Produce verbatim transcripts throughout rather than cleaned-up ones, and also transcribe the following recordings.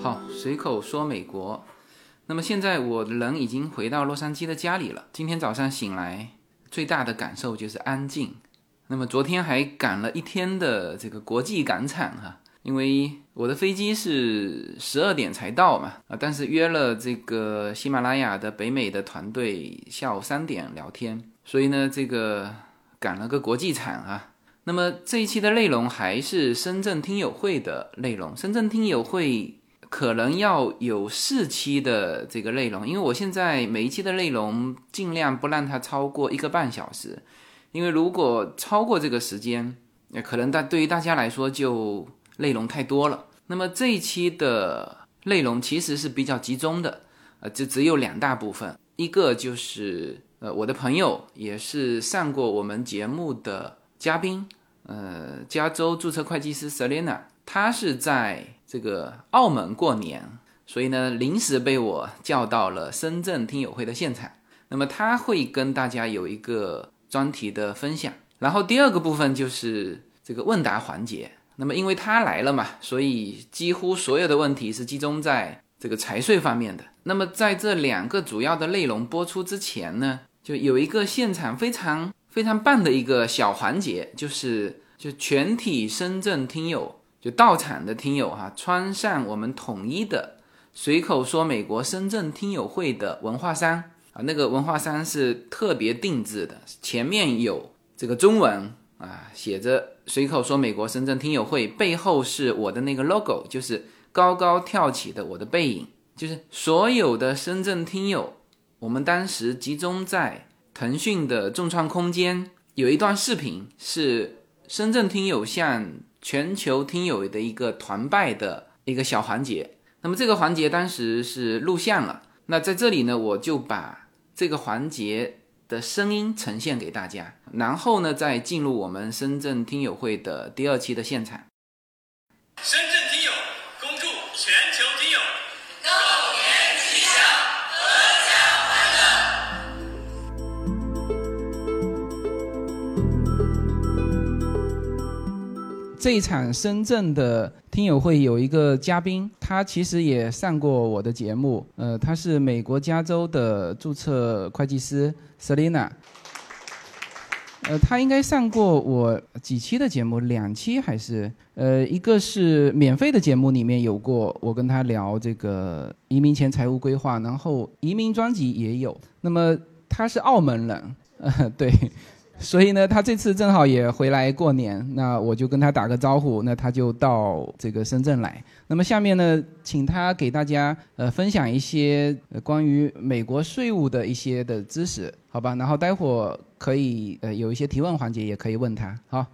好，随口说美国。那么现在我人已经回到洛杉矶的家里了。今天早上醒来，最大的感受就是安静。那么昨天还赶了一天的这个国际赶场哈，因为我的飞机是十二点才到嘛，啊，但是约了这个喜马拉雅的北美的团队下午三点聊天，所以呢，这个赶了个国际场啊。那么这一期的内容还是深圳听友会的内容，深圳听友会可能要有四期的这个内容，因为我现在每一期的内容尽量不让它超过一个半小时，因为如果超过这个时间，可能对于大家来说就内容太多了。那么这一期的内容其实是比较集中的，呃，就只有两大部分，一个就是呃我的朋友也是上过我们节目的嘉宾，呃，加州注册会计师 Selena， 她是在这个澳门过年，所以呢，临时被我叫到了深圳听友会的现场。那么她会跟大家有一个专题的分享。然后第二个部分就是这个问答环节。那么因为她来了嘛，所以几乎所有的问题是集中在这个财税方面的。那么在这两个主要的内容播出之前呢，就有一个现场非常非常棒的一个小环节，就是就全体深圳听友就到场的听友哈、啊，穿上我们统一的随口说美国深圳听友会的文化衫啊，那个文化衫是特别定制的，前面有这个中文啊，写着随口说美国深圳听友会，背后是我的那个 logo， 就是高高跳起的我的背影，就是所有的深圳听友，我们当时集中在腾讯的众创空间，有一段视频是深圳听友向全球听友的一个团拜的一个小环节。那么这个环节当时是录像了，那在这里呢，我就把这个环节的声音呈现给大家，然后呢再进入我们深圳听友会的第二期的现场。 深圳听友恭祝全球听友狗年吉祥，阖家欢乐。这一场深圳的听友会有一个嘉宾，他其实也上过我的节目，呃，他是美国加州的注册会计师 Selena， 呃，他应该上过我几期的节目，两期还是呃，一个是免费的节目里面有过，我跟他聊这个移民前财务规划，然后移民专辑也有。那么他是澳门人，呃，对。所以呢，他这次正好也回来过年，那我就跟他打个招呼，那他就到这个深圳来。那么下面呢，请他给大家呃分享一些、呃、关于美国税务的一些的知识，好吧？然后待会儿可以呃有一些提问环节，也可以问他。好。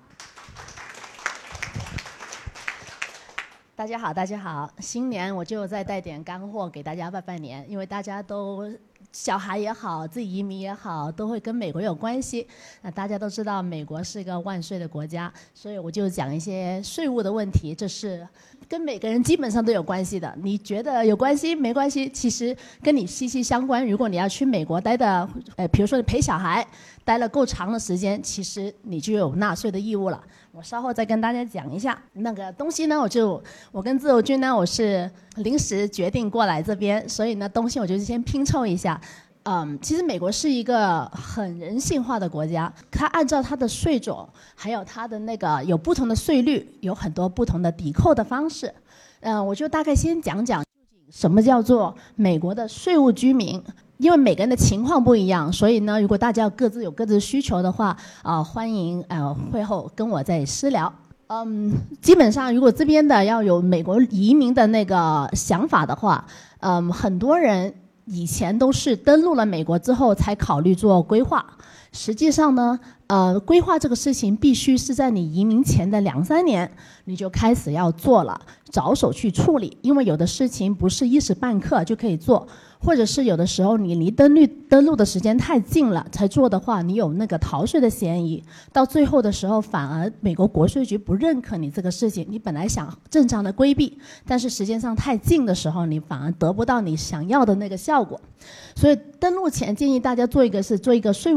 大家好，大家好，新年我就再带点干货给大家拜拜年，因为大家都小孩也好，自己移民也好，都会跟美国有关系。那大家都知道美国是个万税的国家，所以我就讲一些税务的问题，这是跟每个人基本上都有关系的。你觉得有关系没关系，其实跟你息息相关。如果你要去美国待的，呃，比如说你陪小孩待了够长的时间，其实你就有纳税的义务了。我稍后再跟大家讲一下那个东西呢，我就我跟自由军呢，我是临时决定过来这边，所以呢东西我就先拼凑一下。嗯，其实美国是一个很人性化的国家，它按照它的税种，还有它的那个有不同的税率，有很多不同的抵扣的方式。嗯，我就大概先讲讲什么叫做美国的税务居民。因为每个人的情况不一样，所以呢，如果大家各自有各自的需求的话，啊、呃，欢迎呃会后跟我再私聊。嗯，基本上如果这边的要有美国移民的那个想法的话，嗯，很多人以前都是登陆了美国之后才考虑做规划。实际上呢，呃，规划这个事情必须是在你移民前的两三年你就开始要做了，着手去处理，因为有的事情不是一时半刻就可以做。或者是有的时候你离登陆登陆的时间太近了才做的话，你有那个逃税的嫌疑，到最后的时候反而美国国税局不认可你这个事情，你本来想正常的规避，但是时间上太近的时候，你反而得不到你想要的那个效果。所以登陆前建议大家做一个是做一个税务的平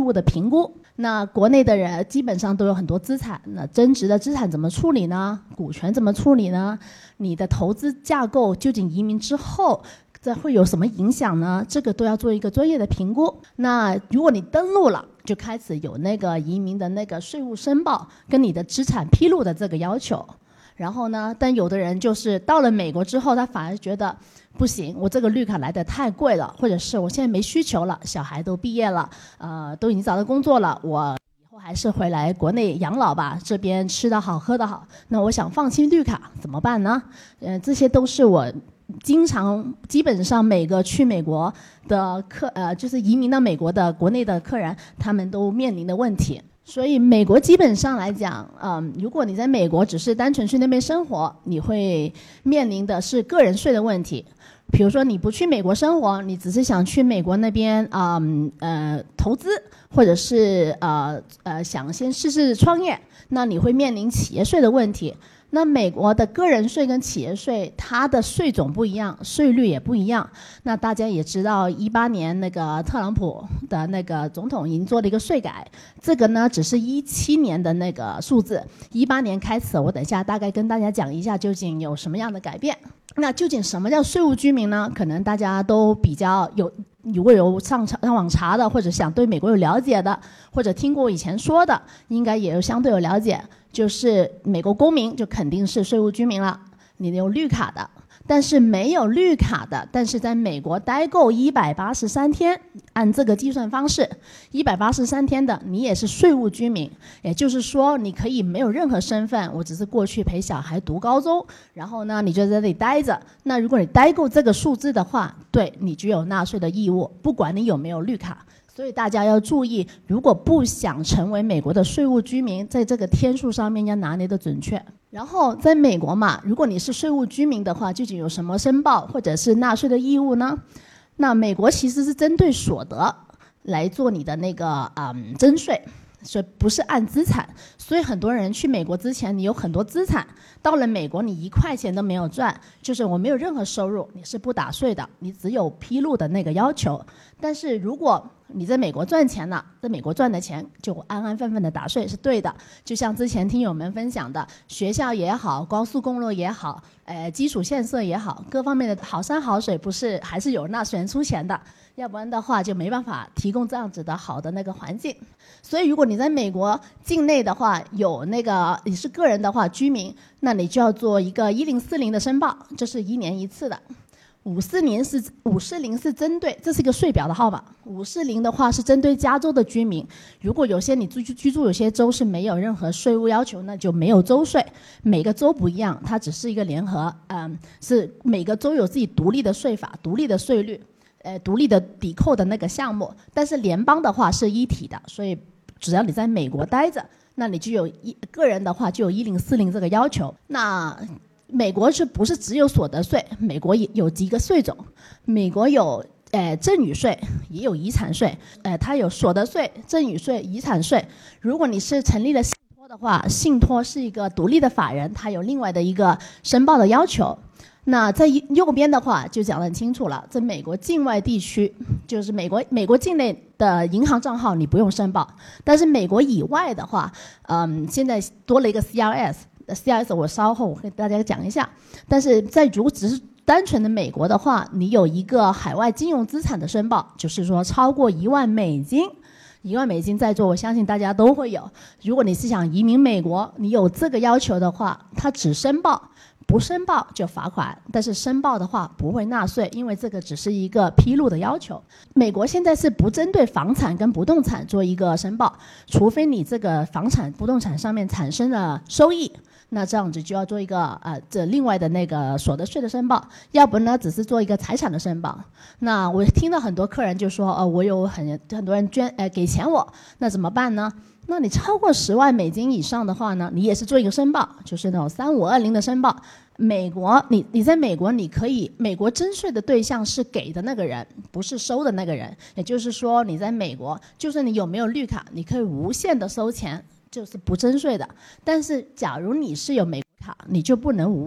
评估。那国内的人基本上都有很多资产，那增值的资产怎么处理呢？股权怎么处理呢？你的投资架构究竟移民之后这会有什么影响呢？这个都要做一个专业的评估。那如果你登录了，就开始有那个移民的那个税务申报跟你的资产披露的这个要求。然后呢，但有的人就是到了美国之后，他反而觉得不行，我这个绿卡来的太贵了，或者是我现在没需求了，小孩都毕业了，呃，都已经找到工作了，我以后还是回来国内养老吧，这边吃得好喝得好，那我想放弃绿卡怎么办呢？呃，这些都是我经常基本上每个去美国的客呃，就是移民到美国的国内的客人，他们都面临的问题。所以美国基本上来讲，嗯，如果你在美国只是单纯去那边生活，你会面临的是个人税的问题。比如说你不去美国生活，你只是想去美国那边嗯呃投资，或者是呃呃想先试试创业，那你会面临企业税的问题。那美国的个人税跟企业税，它的税种不一样，税率也不一样。那大家也知道，一八年那个特朗普的那个总统已经做了一个税改，这个呢只是一七年的那个数字，一八年开始，我等一下大概跟大家讲一下究竟有什么样的改变。那究竟什么叫税务居民呢？可能大家都比较有，如果有上上网查的，或者想对美国有了解的，或者听过我以前说的，应该也有相对有了解。就是美国公民就肯定是税务居民了，你有绿卡的。但是没有绿卡的，但是在美国待够一百八十三天，按这个计算方式，一百八十三天的你也是税务居民。也就是说，你可以没有任何身份，我只是过去陪小孩读高中，然后呢，你就在这里待着。那如果你待够这个数字的话，对，你就有纳税的义务，不管你有没有绿卡。所以大家要注意，如果不想成为美国的税务居民，在这个天数上面要拿捏的准确。然后在美国嘛，如果你是税务居民的话，究竟有什么申报或者是纳税的义务呢？那美国其实是针对所得来做你的那个嗯征税，所以不是按资产。所以很多人去美国之前，你有很多资产，到了美国你一块钱都没有赚，就是我没有任何收入，你是不打税的，你只有披露的那个要求。但是如果你在美国赚钱了，在美国赚的钱就安安分分的打税是对的。就像之前听友们分享的，学校也好，高速公路也好，呃，基础建设也好，各方面的好山好水，不是还是有纳税人出钱的，要不然的话就没办法提供这样子的好的那个环境。所以如果你在美国境内的话，有那个你是个人的话居民，那你就要做一个一零四零的申报，这是一年一次的。五四零是五四零是针对，这是一个税表的号码。五四零的话是针对加州的居民，如果有些你居居住有些州是没有任何税务要求，那就没有州税。每个州不一样，它只是一个联合，嗯，是每个州有自己独立的税法、独立的税率，呃，独立的抵扣的那个项目。但是联邦的话是一体的，所以只要你在美国待着，那你就有一个人的话就有一零四零这个要求。那美国是不是只有所得税？美国也有几个税种，美国有呃赠与税，也有遗产税，呃，它有所得税、赠与税、遗产税。如果你是成立了信托的话，信托是一个独立的法人，它有另外的一个申报的要求。那在右边的话就讲得很清楚了，在美国境外地区，就是美国美国境内的银行账号你不用申报，但是美国以外的话，嗯，现在多了一个 C R S。C R S 我稍后我跟大家讲一下，但是在如果只是单纯的美国的话，你有一个海外金融资产的申报，就是说超过一万美金，一万美金在座我相信大家都会有。如果你是想移民美国，你有这个要求的话，它只申报，不申报就罚款，但是申报的话不会纳税，因为这个只是一个披露的要求。美国现在是不针对房产跟不动产做一个申报，除非你这个房产不动产上面产生了收益，那这样子就要做一个呃这另外的那个所得税的申报，要不呢只是做一个财产的申报。那我听到很多客人就说，呃，我有很很多人捐呃给钱我，那怎么办呢？那你超过十万美金以上的话呢，你也是做一个申报，就是那种三五二零的申报。美国，你你在美国你可以，美国征税的对象是给的那个人，不是收的那个人。也就是说，你在美国，就算你有没有绿卡，你可以无限的收钱，就是不征税的。但是，假如你是有美国卡，你就不能无限给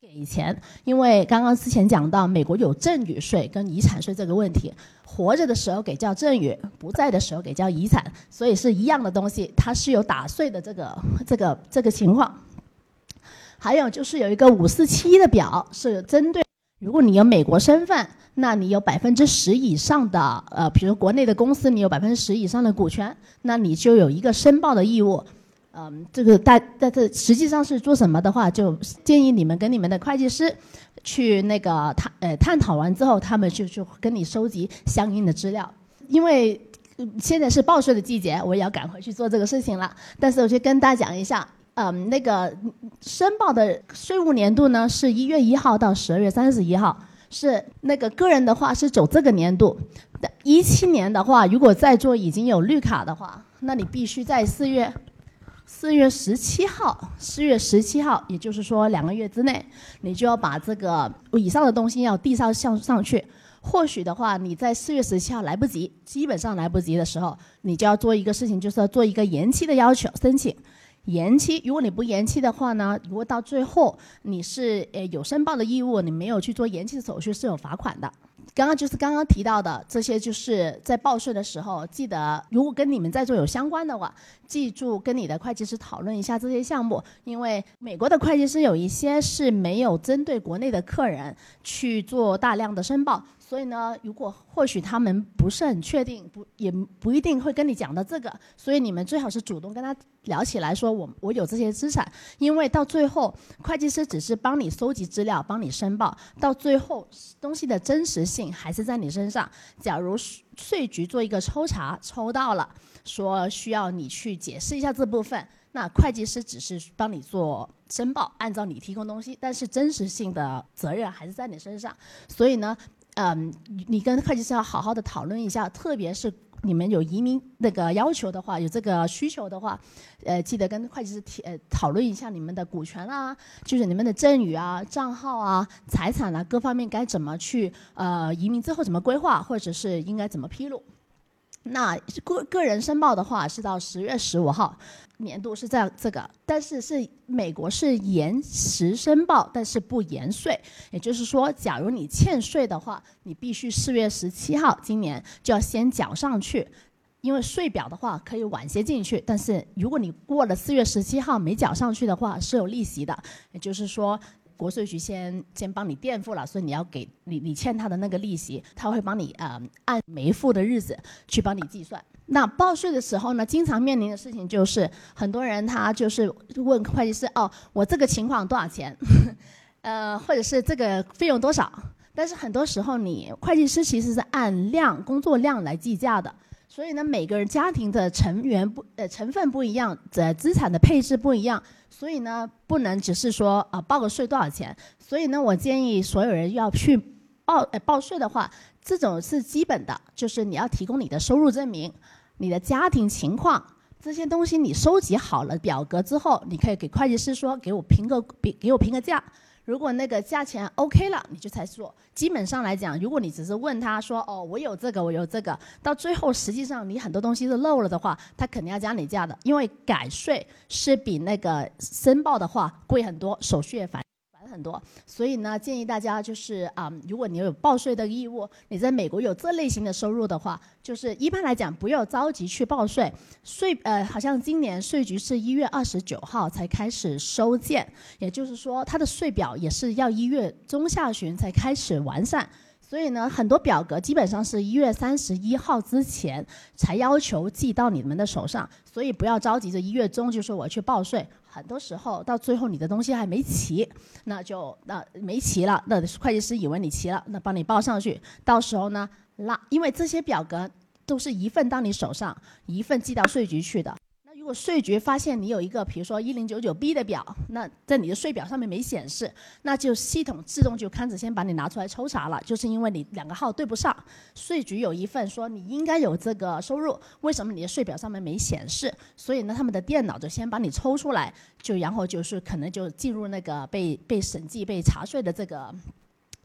以前，因为刚刚之前讲到美国有赠与税跟遗产税这个问题，活着的时候给叫赠与，不在的时候给叫遗产，所以是一样的东西，它是有打税的这个这个这个情况。还有就是有一个五四七的表是针对，如果你有美国身份，那你有百分之十以上的呃，比如国内的公司你有百分之十以上的股权，那你就有一个申报的义务。嗯，这个大但这实际上是做什么的话，就建议你们跟你们的会计师去那个探呃探讨完之后，他们就就跟你收集相应的资料。因为现在是报税的季节，我也要赶回去做这个事情了。但是我就跟大家讲一下，嗯，那个申报的税务年度呢是一月一号到十二月三十一号，是那个个人的话是走这个年度。一七年的话，如果在座已经有绿卡的话，那你必须在四月。四月十七号，四月十七号，也就是说两个月之内，你就要把这个以上的东西要递上上上去。或许的话，你在四月十七号来不及，基本上来不及的时候，你就要做一个事情，就是要做一个延期的要求申请。延期，如果你不延期的话呢，如果到最后你是呃有申报的义务，你没有去做延期的手续，是有罚款的。刚刚就是刚刚提到的这些，就是在报税的时候，记得如果跟你们在座有相关的话，记住跟你的会计师讨论一下这些项目，因为美国的会计师有一些是没有针对国内的客人去做大量的申报，所以呢，如果或许他们不是很确定，不也不一定会跟你讲到这个，所以你们最好是主动跟他聊起来说，我我有这些资产，因为到最后会计师只是帮你收集资料，帮你申报，到最后东西的真实性还是在你身上。假如税局做一个抽查，抽到了说需要你去解释一下这部分，那会计师只是帮你做申报，按照你提供东西，但是真实性的责任还是在你身上。所以呢，嗯，你跟会计师要好好的讨论一下，特别是你们有移民那个要求的话，有这个需求的话，呃，记得跟会计师提呃讨论一下你们的股权啊，就是你们的赠与啊、账号啊、财产啊各方面该怎么去呃移民之后怎么规划，或者是应该怎么披露。那个个人申报的话是到十月十五号，年度是这样这个，但是是美国是延迟申报，但是不延税，也就是说，假如你欠税的话，你必须四月十七号今年就要先缴上去，因为税表的话可以晚些进去，但是如果你过了四月十七号没缴上去的话，是有利息的，也就是说。国税局先先帮你垫付了，所以你要给你你欠他的那个利息，他会帮你呃按没付的日子去帮你计算。那报税的时候呢，经常面临的事情就是很多人他就是问会计师，哦，我这个情况多少钱，呃，或者是这个费用多少？但是很多时候你会计师其实是按量工作量来计价的。所以呢，每个人家庭的成员不呃成分不一样，呃资产的配置不一样，所以呢不能只是说啊、呃、报个税多少钱。所以呢，我建议所有人要去报呃报税的话，这种是基本的，就是你要提供你的收入证明、你的家庭情况这些东西，你收集好了表格之后，你可以给会计师说给我评个给给我评个价。如果那个价钱 OK 了，你就才做。基本上来讲，如果你只是问他说，哦，我有这个，我有这个，到最后实际上你很多东西是漏了的话，他肯定要加你价的，因为改税是比那个申报的话贵很多，手续也繁很多。所以呢，建议大家就是啊、嗯，如果你有报税的义务，你在美国有这类型的收入的话，就是一般来讲不要着急去报税。税呃，好像今年税局是一月二十九号才开始收件，也就是说它的税表也是要一月中下旬才开始完善。所以呢，很多表格基本上是一月三十一号之前才要求寄到你们的手上，所以不要着急着一月中就说我去报税，很多时候到最后你的东西还没齐，那就那没齐了，那会计师以为你齐了，那帮你报上去，到时候呢，那因为这些表格都是一份到你手上，一份寄到税局去的。如果税局发现你有一个比如说一零九九 B 的表，那在你的税表上面没显示，那就系统自动就开始先把你拿出来抽查了，就是因为你两个号对不上，税局有一份说你应该有这个收入，为什么你的税表上面没显示？所以呢，他们的电脑就先把你抽出来，就然后就是可能就进入那个被被审计被查税的这个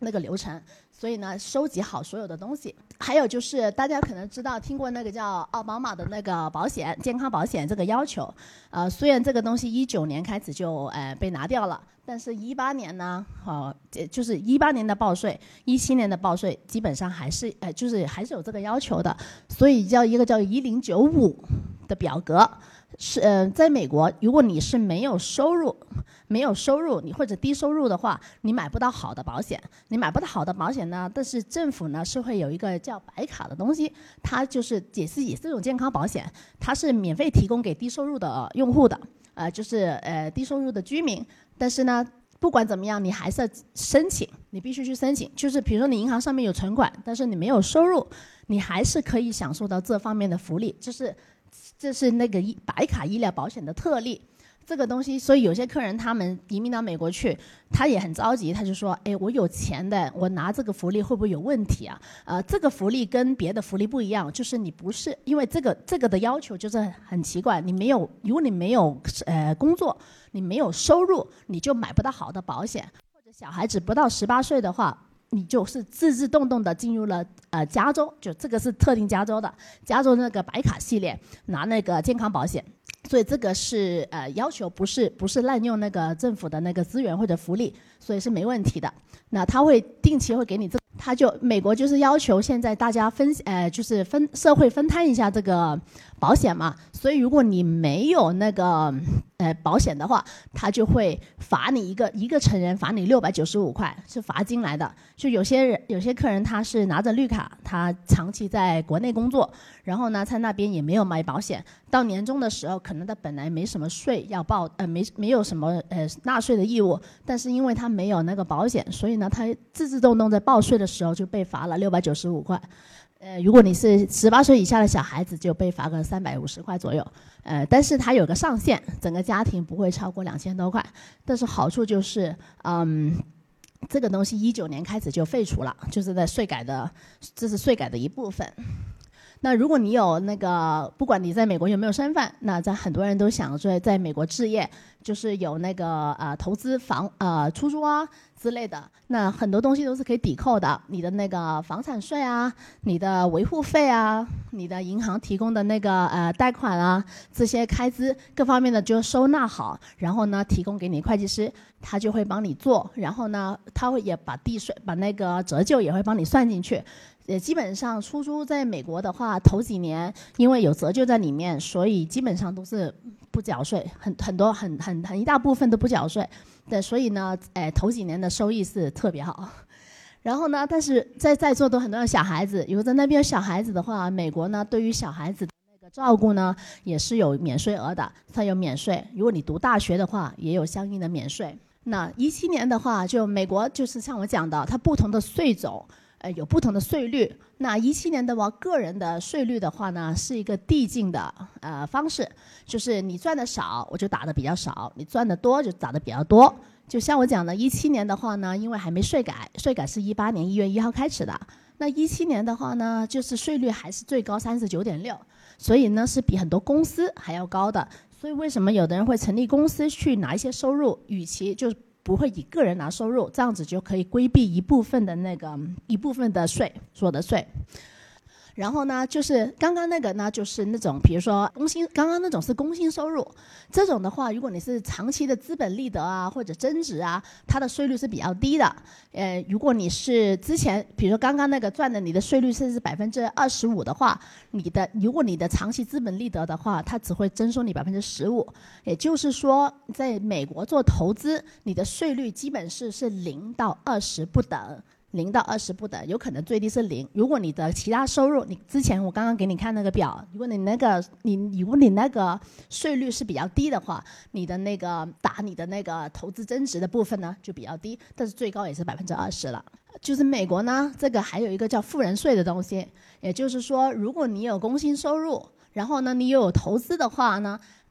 那个流程，所以呢，收集好所有的东西。还有就是大家可能知道听过那个叫奥巴马的那个保险健康保险这个要求，呃，虽然这个东西一九年开始就呃被拿掉了，但是一八年呢，呃，就是一八年的报税，一七年的报税基本上还是呃就是还是有这个要求的，所以叫一个叫一零九五的表格。是呃，在美国，如果你是没有收入、没有收入，你或者低收入的话，你买不到好的保险。你买不到好的保险呢，但是政府呢是会有一个叫白卡的东西，它就是也是也是这种健康保险，它是免费提供给低收入的用户的，呃，就是呃低收入的居民。但是呢，不管怎么样，你还是要申请，你必须去申请。就是比如说你银行上面有存款，但是你没有收入，你还是可以享受到这方面的福利，就是。这是那个白卡医疗保险的特例，这个东西，所以有些客人他们移民到美国去，他也很着急，他就说：“哎，我有钱的，我拿这个福利会不会有问题啊？”呃，这个福利跟别的福利不一样，就是你不是因为这个这个的要求就是很奇怪，你没有，如果你没有呃工作，你没有收入，你就买不到好的保险，或者小孩子不到十八岁的话。你就是自自动动的进入了呃加州，就这个是特定加州的，加州那个白卡系列拿那个健康保险，所以这个是呃要求不是不是滥用那个政府的那个资源或者福利，所以是没问题的。那他会定期会给你这个，他就美国就是要求现在大家分呃就是分社会分摊一下这个保险嘛，所以如果你没有那个呃保险的话，他就会罚你一个一个成人罚你六百九十五块，是罚金来的。就有些人有些客人他是拿着绿卡，他长期在国内工作，然后呢在那边也没有买保险，到年终的时候可能他本来没什么税要报，呃没没有什么呃纳税的义务，但是因为他没有那个保险，所以呢他自自动动在报税的时候就被罚了六百九十五块。呃，如果你是十八岁以下的小孩子，就被罚个三百五十块左右。呃，但是它有个上限，整个家庭不会超过两千多块。但是好处就是，嗯，这个东西一九年开始就废除了，就是在税改的，这是税改的一部分。那如果你有那个，不管你在美国有没有身份，那在很多人都想说在美国置业，就是有那个呃投资房呃出租啊之类的，那很多东西都是可以抵扣的，你的那个房产税啊，你的维护费啊，你的银行提供的那个呃贷款啊，这些开支各方面的就收纳好，然后呢提供给你会计师，他就会帮你做，然后呢他会也把地税把那个折旧也会帮你算进去。也基本上出租在美国的话，头几年因为有折旧在里面，所以基本上都是不缴税，很很多很很很一大部分都不缴税。对，所以呢，哎，头几年的收益是特别好。然后呢，但是在在座都很多的小孩子，如果在那边有小孩子的话，美国呢对于小孩子的那个照顾呢也是有免税额的，它有免税。如果你读大学的话，也有相应的免税。那一七年的话，就美国就是像我讲的，它不同的税种。呃，有不同的税率。那一七年的话，个人的税率的话呢，是一个递进的呃方式，就是你赚的少，我就打的比较少；你赚的多，就打的比较多。就像我讲的，一七年的话呢，因为还没税改，税改是一八年一月一号开始的。那一七年的话呢，就是税率还是最高三十九点六，所以呢是比很多公司还要高的。所以为什么有的人会成立公司去拿一些收入，与其就是不会以个人拿收入，这样子就可以规避一部分的那个一部分的税，所得税。然后呢，就是刚刚那个呢，就是那种比如说工薪，刚刚那种是工薪收入，这种的话，如果你是长期的资本利得啊或者增值啊，它的税率是比较低的。呃，如果你是之前，比如说刚刚那个赚的，你的税率是是百分之二十五的话，你的如果你的长期资本利得的话，它只会征收你百分之十五。也就是说，在美国做投资，你的税率基本是是零到二十不等。零到二十不等，有可能最低是零。如果你的其他收入，你之前我刚刚给你看那个表，如果你那个你如果你那个税率是比较低的话，你的那个打你的那个投资增值的部分呢就比较低，但是最高也是百分之二十了。就是美国呢，这个还有一个叫富人税的东西，也就是说，如果你有工薪收入，然后呢你又有投资的话呢。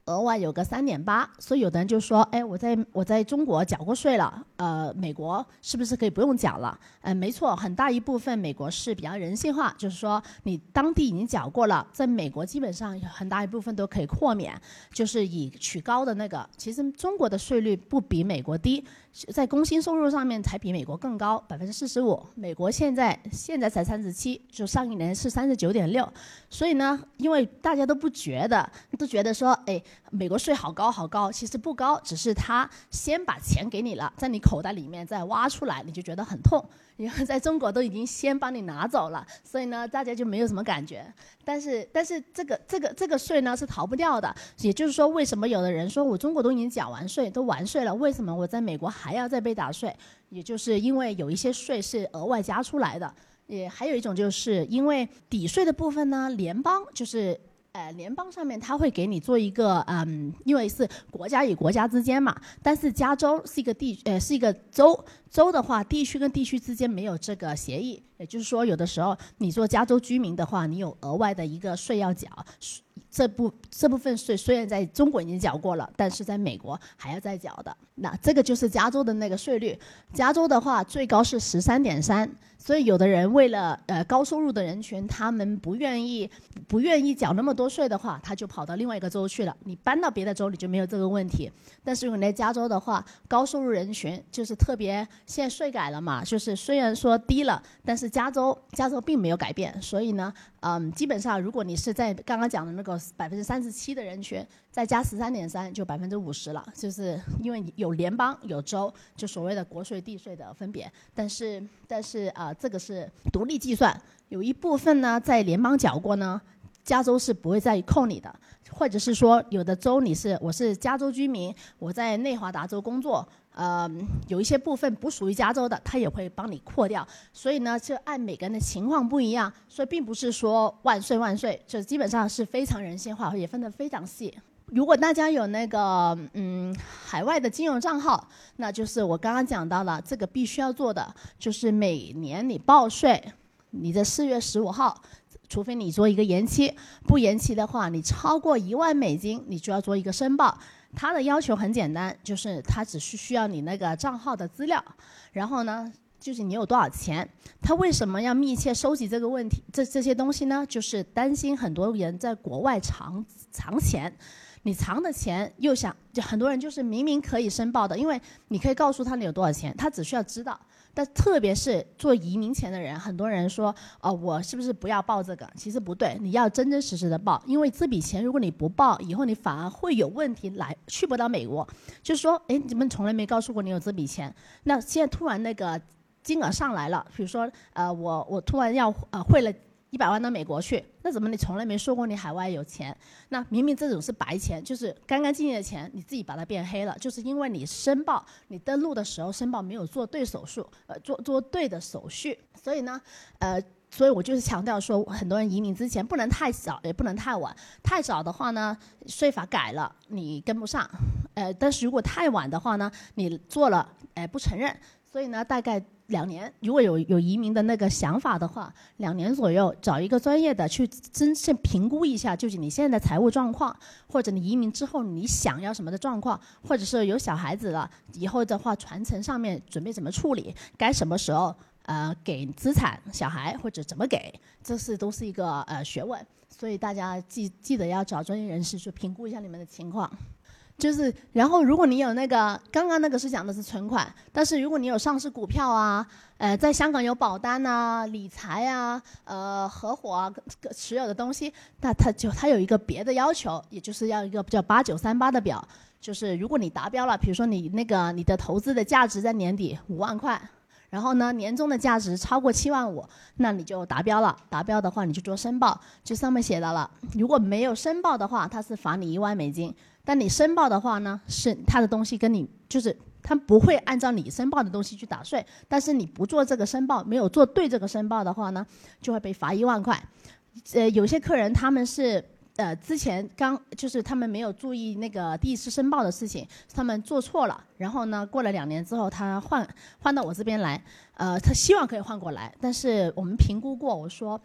额外有个三点八，所以有的人就说，哎，我在我在中国缴过税了，呃，美国是不是可以不用缴了？呃，没错，很大一部分美国是比较人性化，就是说你当地已经缴过了，在美国基本上很大一部分都可以豁免，就是以取高的那个。其实中国的税率不比美国低，在工薪收入上面才比美国更高，百分之四十五，美国现在现在才三十七，就上一年是三十九点六，所以呢，因为大家都不觉得，都觉得说，哎。美国税好高好高，其实不高，只是他先把钱给你了，在你口袋里面再挖出来，你就觉得很痛。因为在中国都已经先帮你拿走了，所以呢，大家就没有什么感觉。但是，但是这个这个这个税呢是逃不掉的。也就是说，为什么有的人说我中国都已经缴完税，都完税了，为什么我在美国还要再被打税？也就是因为有一些税是额外加出来的。也还有一种就是因为抵税的部分呢，联邦就是。呃，联邦上面它会给你做一个，嗯，因为是国家与国家之间嘛，但是加州是一个地，呃，是一个州，州的话，地区跟地区之间没有这个协议，也就是说，有的时候你做加州居民的话，你有额外的一个税要缴，这部这部分税虽然在中国已经缴过了，但是在美国还要再缴的。那这个就是加州的那个税率，加州的话最高是十三点三，所以有的人为了呃高收入的人群，他们不愿意不愿意缴那么多税的话，他就跑到另外一个州去了。你搬到别的州你就没有这个问题，但是如果你在加州的话，高收入人群就是特别现在税改了嘛，就是虽然说低了，但是加州加州并没有改变，所以呢，嗯，基本上如果你是在刚刚讲的那个百分之三十七的人群，再加十三点三就百分之五十了，就是因为有联邦有州，就所谓的国税地税的分别，但是但是啊、呃，这个是独立计算，有一部分呢在联邦缴过呢，加州是不会再扣你的，或者是说有的州你是我是加州居民，我在内华达州工作，呃，有一些部分不属于加州的，他也会帮你扩掉，所以呢，就按每个人的情况不一样，所以并不是说万税万税，就基本上是非常人性化，也分得非常细。如果大家有那个嗯海外的金融账号，那就是我刚刚讲到了，这个必须要做的，就是每年你报税，你的四月十五号。除非你做一个延期，不延期的话，你超过一万美金，你就要做一个申报。它的要求很简单，就是它只是需要你那个账号的资料，然后呢，就是你有多少钱。他为什么要密切收集这个问题？这这些东西呢，就是担心很多人在国外藏藏钱。你藏的钱又想，就很多人就是明明可以申报的，因为你可以告诉他你有多少钱，他只需要知道。但特别是做移民前的人，很多人说，哦，我是不是不要报这个？其实不对，你要真真实实的报，因为这笔钱如果你不报，以后你反而会有问题来，去不到美国。就是说，哎，你们从来没告诉过你有这笔钱，那现在突然那个金额上来了，比如说，呃，我我突然要呃汇了一百万到美国去，那怎么你从来没说过你海外有钱？那明明这种是白钱，就是干干净净的钱，你自己把它变黑了，就是因为你申报，你登录的时候申报没有做对手术，呃，做做对的手续，所以呢，呃。所以我就是强调说，很多人移民之前不能太早，也不能太晚。太早的话呢，税法改了，你跟不上。呃，但是如果太晚的话呢，你做了，呃，不承认。所以呢，大概两年，如果有有移民的那个想法的话，两年左右找一个专业的去真正评估一下，就是你现在的财务状况，或者你移民之后你想要什么的状况，或者是有小孩子了，以后的话传承上面准备怎么处理，该什么时候。呃，给资产小孩或者怎么给，这是都是一个呃学问，所以大家记记得要找专业人士去评估一下你们的情况。就是，然后如果你有那个刚刚那个是讲的是存款，但是如果你有上市股票啊，呃，在香港有保单啊、理财啊、呃合伙啊持有的东西，那它就它有一个别的要求，也就是要一个叫八九三八的表，就是如果你达标了，比如说你那个你的投资的价值在年底五万块。然后呢，年终的价值超过七万五，那你就达标了。达标的话，你就做申报，就上面写到了。如果没有申报的话，它是罚你一万美金。但你申报的话呢，是它的东西跟你就是它不会按照你申报的东西去打税。但是你不做这个申报，没有做对这个申报的话呢，就会被罚一万块。呃，有些客人他们是。呃，之前刚就是他们没有注意那个第一次申报的事情，他们做错了，然后呢，过了两年之后，他换换到我这边来，呃，他希望可以换过来，但是我们评估过，我说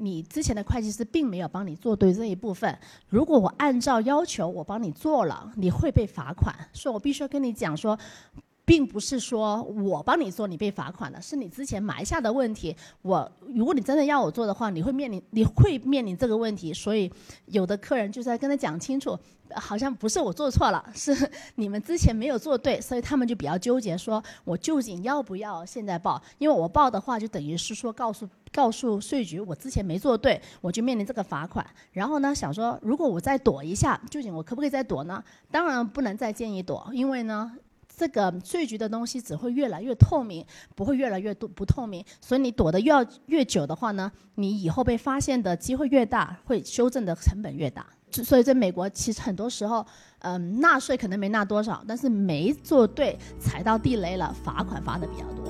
你之前的会计师并没有帮你做对这一部分，如果我按照要求我帮你做了，你会被罚款。所以我必须要跟你讲说，并不是说我帮你做你被罚款了，是你之前埋下的问题。我如果你真的要我做的话，你会面临你会面临这个问题。所以有的客人就是要跟他讲清楚，好像不是我做错了，是你们之前没有做对，所以他们就比较纠结，说我究竟要不要现在报？因为我报的话，就等于是说告诉告诉税局我之前没做对，我就面临这个罚款。然后呢，想说如果我再躲一下，究竟我可不可以再躲呢？当然不能再建议躲，因为呢，这个税局的东西只会越来越透明，不会越来越不透明。所以你躲得越越久的话呢，你以后被发现的机会越大，会修正的成本越大。所以在美国，其实很多时候，嗯，纳税可能没纳多少，但是没做对，踩到地雷了，罚款罚的比较多。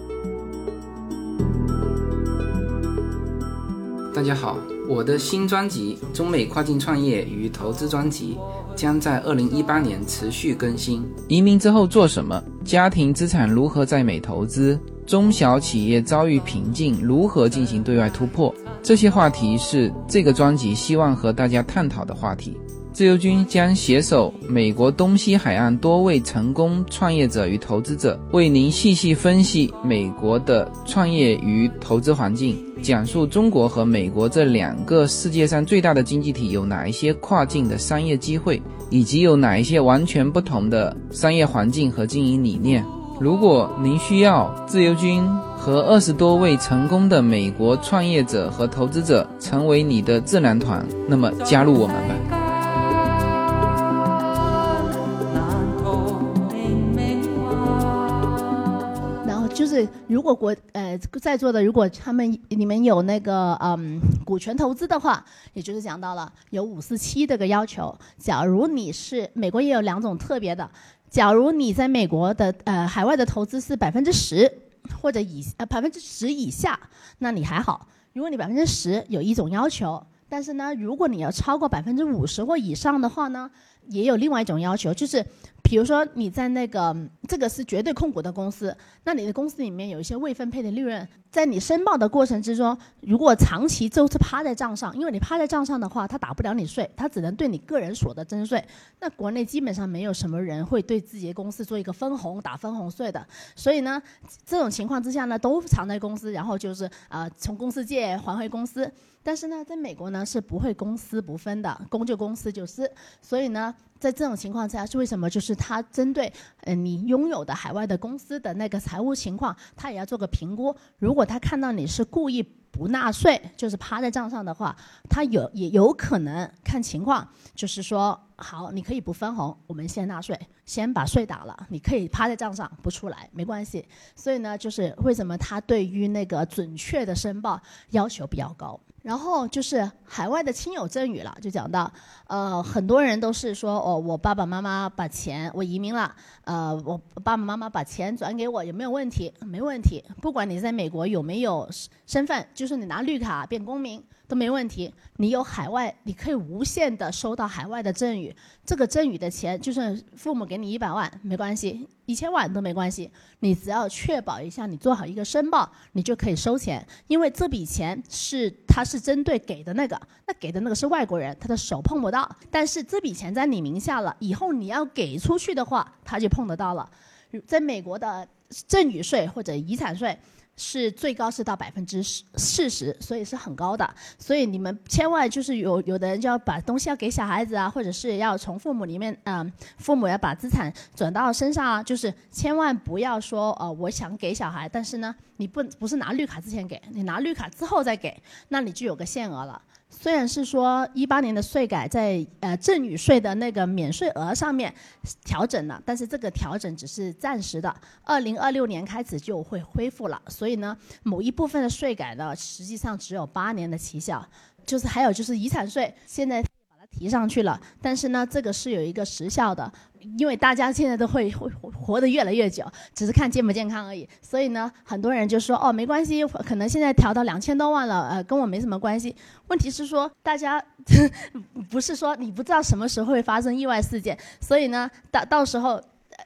大家好，我的新专辑《中美跨境创业与投资专辑》将在二零一八年持续更新。移民之后做什么？家庭资产如何在美投资？中小企业遭遇瓶颈，如何进行对外突破？这些话题是这个专辑希望和大家探讨的话题。自由军将携手美国东西海岸多位成功创业者与投资者，为您细细分析美国的创业与投资环境，讲述中国和美国这两个世界上最大的经济体有哪一些跨境的商业机会，以及有哪一些完全不同的商业环境和经营理念。如果您需要自由军和二十多位成功的美国创业者和投资者成为你的智囊团，那么加入我们吧。 就是如果国呃在座的，如果他们你们有那个嗯股权投资的话，也就是讲到了有五四七这个要求。假如你是美国也有两种特别的，假如你在美国的呃海外的投资是百分之十或者以呃百分之十以下，那你还好。如果你百分之十有一种要求，但是呢，如果你要超过百分之五十或以上的话呢，也有另外一种要求，就是比如说你在那个这个是绝对控股的公司，那你的公司里面有一些未分配的利润，在你申报的过程之中，如果长期都是趴在账上，因为你趴在账上的话，它打不了你税，它只能对你个人所得征税。那国内基本上没有什么人会对自己的公司做一个分红打分红税的，所以呢，这种情况之下呢，都藏在公司，然后就是呃从公司借还回公司。但是呢，在美国呢是不会公私不分的，公就公，私就私。所以呢，在这种情况下，是为什么？就是他针对呃你拥有的海外的公司的那个财务情况，他也要做个评估。如果他看到你是故意不纳税，就是趴在账上的话，他有也有可能看情况，就是说好，你可以不分红，我们先纳税，先把税打了，你可以趴在账上不出来，没关系。所以呢，就是为什么他对于那个准确的申报要求比较高。然后就是海外的亲友赠与了，就讲到，呃，很多人都是说，哦，我爸爸妈妈把钱，我移民了，呃，我爸爸妈妈把钱转给我，有没有问题？没问题，不管你在美国有没有身份，就是你拿绿卡变公民都没问题。你有海外，你可以无限的收到海外的赠与，这个赠与的钱，就算父母给你一百万没关系，一千万都没关系，你只要确保一下，你做好一个申报，你就可以收钱，因为这笔钱是它是针对给的那个，那给的那个是外国人，他的手碰不到，但是这笔钱在你名下了，以后你要给出去的话，他就碰得到了。在美国的赠与税或者遗产税是最高是到百分之四十，所以是很高的。所以你们千万就是有有的人就要把东西要给小孩子啊，或者是要从父母里面，嗯、呃，父母要把资产转到身上啊，就是千万不要说，呃，我想给小孩，但是呢，你不不是拿绿卡之前给，你拿绿卡之后再给，那你就有个限额了。虽然是说一八年的税改在呃赠与税的那个免税额上面调整了，但是这个调整只是暂时的，二零二六年开始就会恢复了。所以呢，某一部分的税改呢，实际上只有八年的期效。就是还有就是遗产税，现在把它提上去了，但是呢，这个是有一个时效的。因为大家现在都会活得越来越久，只是看健不健康而已。所以呢，很多人就说哦，没关系，可能现在调到两千多万了，呃，跟我没什么关系。问题是说，大家不是说你不知道什么时候会发生意外事件，所以呢，到到时候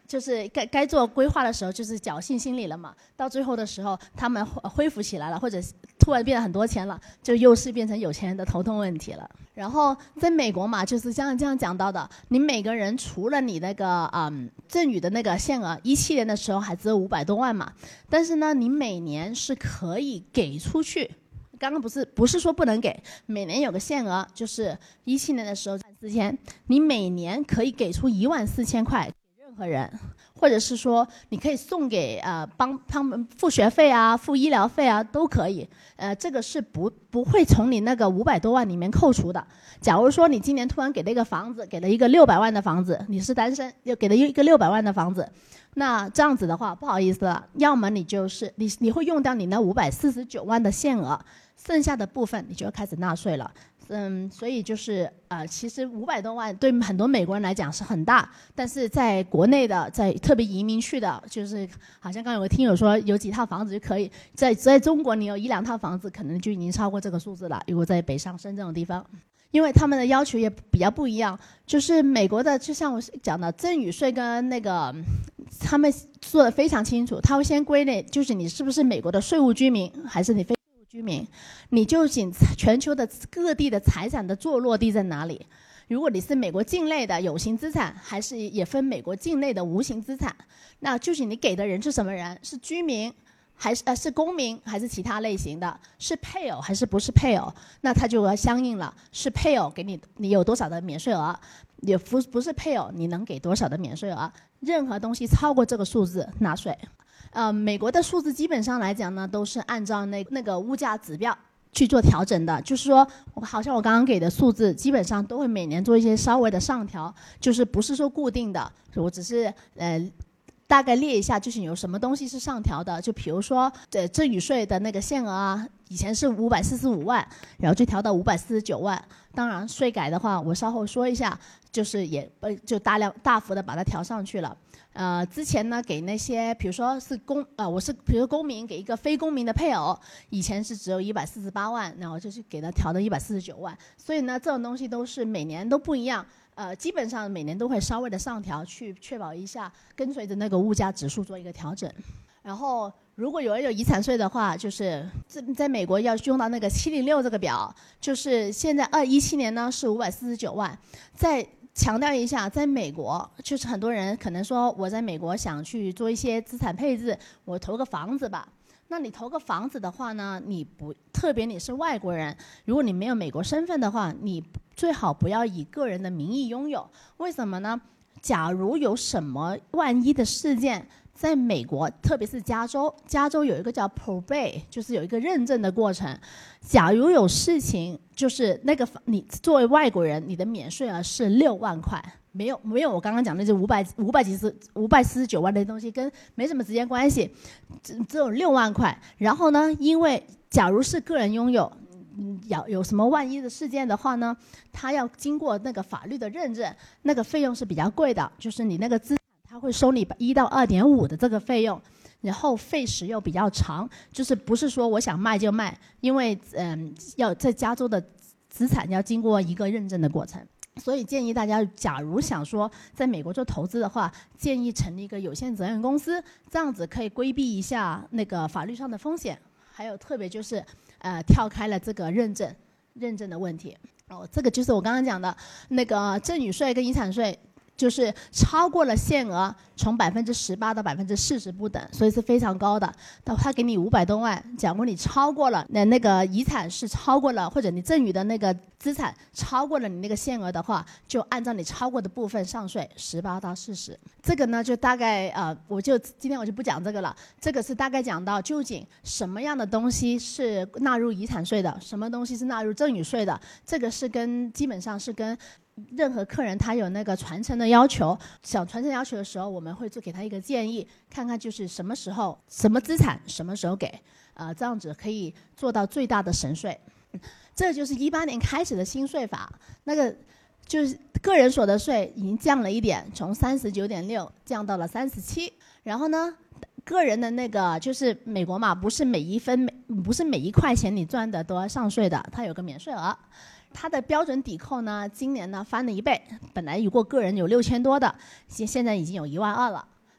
就是该该做规划的时候，就是侥幸心理了嘛。到最后的时候，他们恢复起来了，或者突然变了很多钱了，就又是变成有钱人的头痛问题了。然后在美国嘛，就是这样这样讲到的，你每个人除了你那个嗯赠与的那个限额，一七年的时候还只有五百多万嘛，但是呢，你每年是可以给出去。刚刚不是不是说不能给，每年有个限额，就是一七年的时候四千，你每年可以给出一万四千块给任何人，或者是说你可以送给呃帮他们付学费啊、付医疗费啊都可以，呃这个是不不会从你那个五百多万里面扣除的。假如说你今年突然给了一个房子，给了一个六百万的房子，你是单身又给了一个六百万的房子。那这样子的话，不好意思了，要么你就是你你会用掉你那五百四十九万的限额，剩下的部分你就要开始纳税了。嗯，所以就是呃，其实五百多万对很多美国人来讲是很大，但是在国内的，在特别移民去的，就是好像刚有个听友说有几套房子就可以，在在中国你有一两套房子，可能就已经超过这个数字了。如果在北上深这种地方。因为他们的要求也比较不一样，就是美国的，就像我讲的赠与税跟那个，他们做的非常清楚，他会先归类，就是你是不是美国的税务居民，还是你非税务居民，你究竟全球的各地的财产的坐落地在哪里？如果你是美国境内的有形资产，还是也分美国境内的无形资产，那究竟你给的人是什么人？是居民？还是呃是公民还是其他类型的，是配偶还是不是配偶，那它就要相应了。是配偶给你你有多少的免税额，也不不是配偶你能给多少的免税额，任何东西超过这个数字纳税。呃，美国的数字基本上来讲呢，都是按照那那个物价指标去做调整的，就是说好像我刚刚给的数字基本上都会每年做一些稍微的上调，就是不是说固定的，我只是呃大概列一下，就是有什么东西是上调的，就比如说，呃，赠与税的那个限额啊，以前是五百四十五万，然后就调到五百四十九万。当然，税改的话，我稍后说一下，就是也呃就大量大幅的把它调上去了。呃，之前呢，给那些比如说是公呃，我是比如公民给一个非公民的配偶，以前是只有一百四十八万，然后就是给他调到一百四十九万。所以呢，这种东西都是每年都不一样。呃，基本上每年都会稍微的上调，去确保一下跟随着那个物价指数做一个调整。然后，如果有人有遗产税的话，就是在在美国要用到那个七零六这个表，就是现在二一七年呢是五百四十九万。再强调一下，在美国，就是很多人可能说我在美国想去做一些资产配置，我投个房子吧。那你投个房子的话呢，你不特别你是外国人，如果你没有美国身份的话，你最好不要以个人的名义拥有。为什么呢？假如有什么万一的事件，在美国，特别是加州，加州有一个叫 probate， 就是有一个认证的过程。假如有事情，就是那个你作为外国人，你的免税额是六万块，没有没有我刚刚讲的这五百五百几十五百四十九万的东西，跟没什么直接关系，只只有六万块。然后呢，因为假如是个人拥有。嗯，有有什么万一的事件的话呢，他要经过那个法律的认证，那个费用是比较贵的，就是你那个资产他会收你一到二点五的这个费用，然后费时又比较长，就是不是说我想卖就卖，因为嗯要在加州的资产要经过一个认证的过程。所以建议大家，假如想说在美国做投资的话，建议成立一个有限责任公司，这样子可以规避一下那个法律上的风险，还有特别就是呃跳开了这个认证认证的问题。哦，这个就是我刚刚讲的那个赠与税跟遗产税，就是超过了限额，从百分之十八到百分之四十不等，所以是非常高的。但他给你五百多万，假如你超过了，那那个遗产是超过了，或者你赠与的那个资产超过了你那个限额的话，就按照你超过的部分上税十八到四十。这个呢，就大概呃，我就今天我就不讲这个了。这个是大概讲到究竟什么样的东西是纳入遗产税的，什么东西是纳入赠与税的。这个是跟基本上是跟。任何客人他有那个传承的要求，想传承要求的时候，我们会做给他一个建议，看看就是什么时候、什么资产什么时候给，呃，这样子可以做到最大的省税。这就是一八年开始的新税法，那个就是个人所得税已经降了一点，从三十九点六降到了三十七。然后呢，个人的那个就是美国嘛，不是每一分每不是每一块钱你赚的都要上税的，它有个免税额。它的标准抵扣呢，今年呢翻了一倍，本来如果个人有六千多的，现现在已经有一万二了。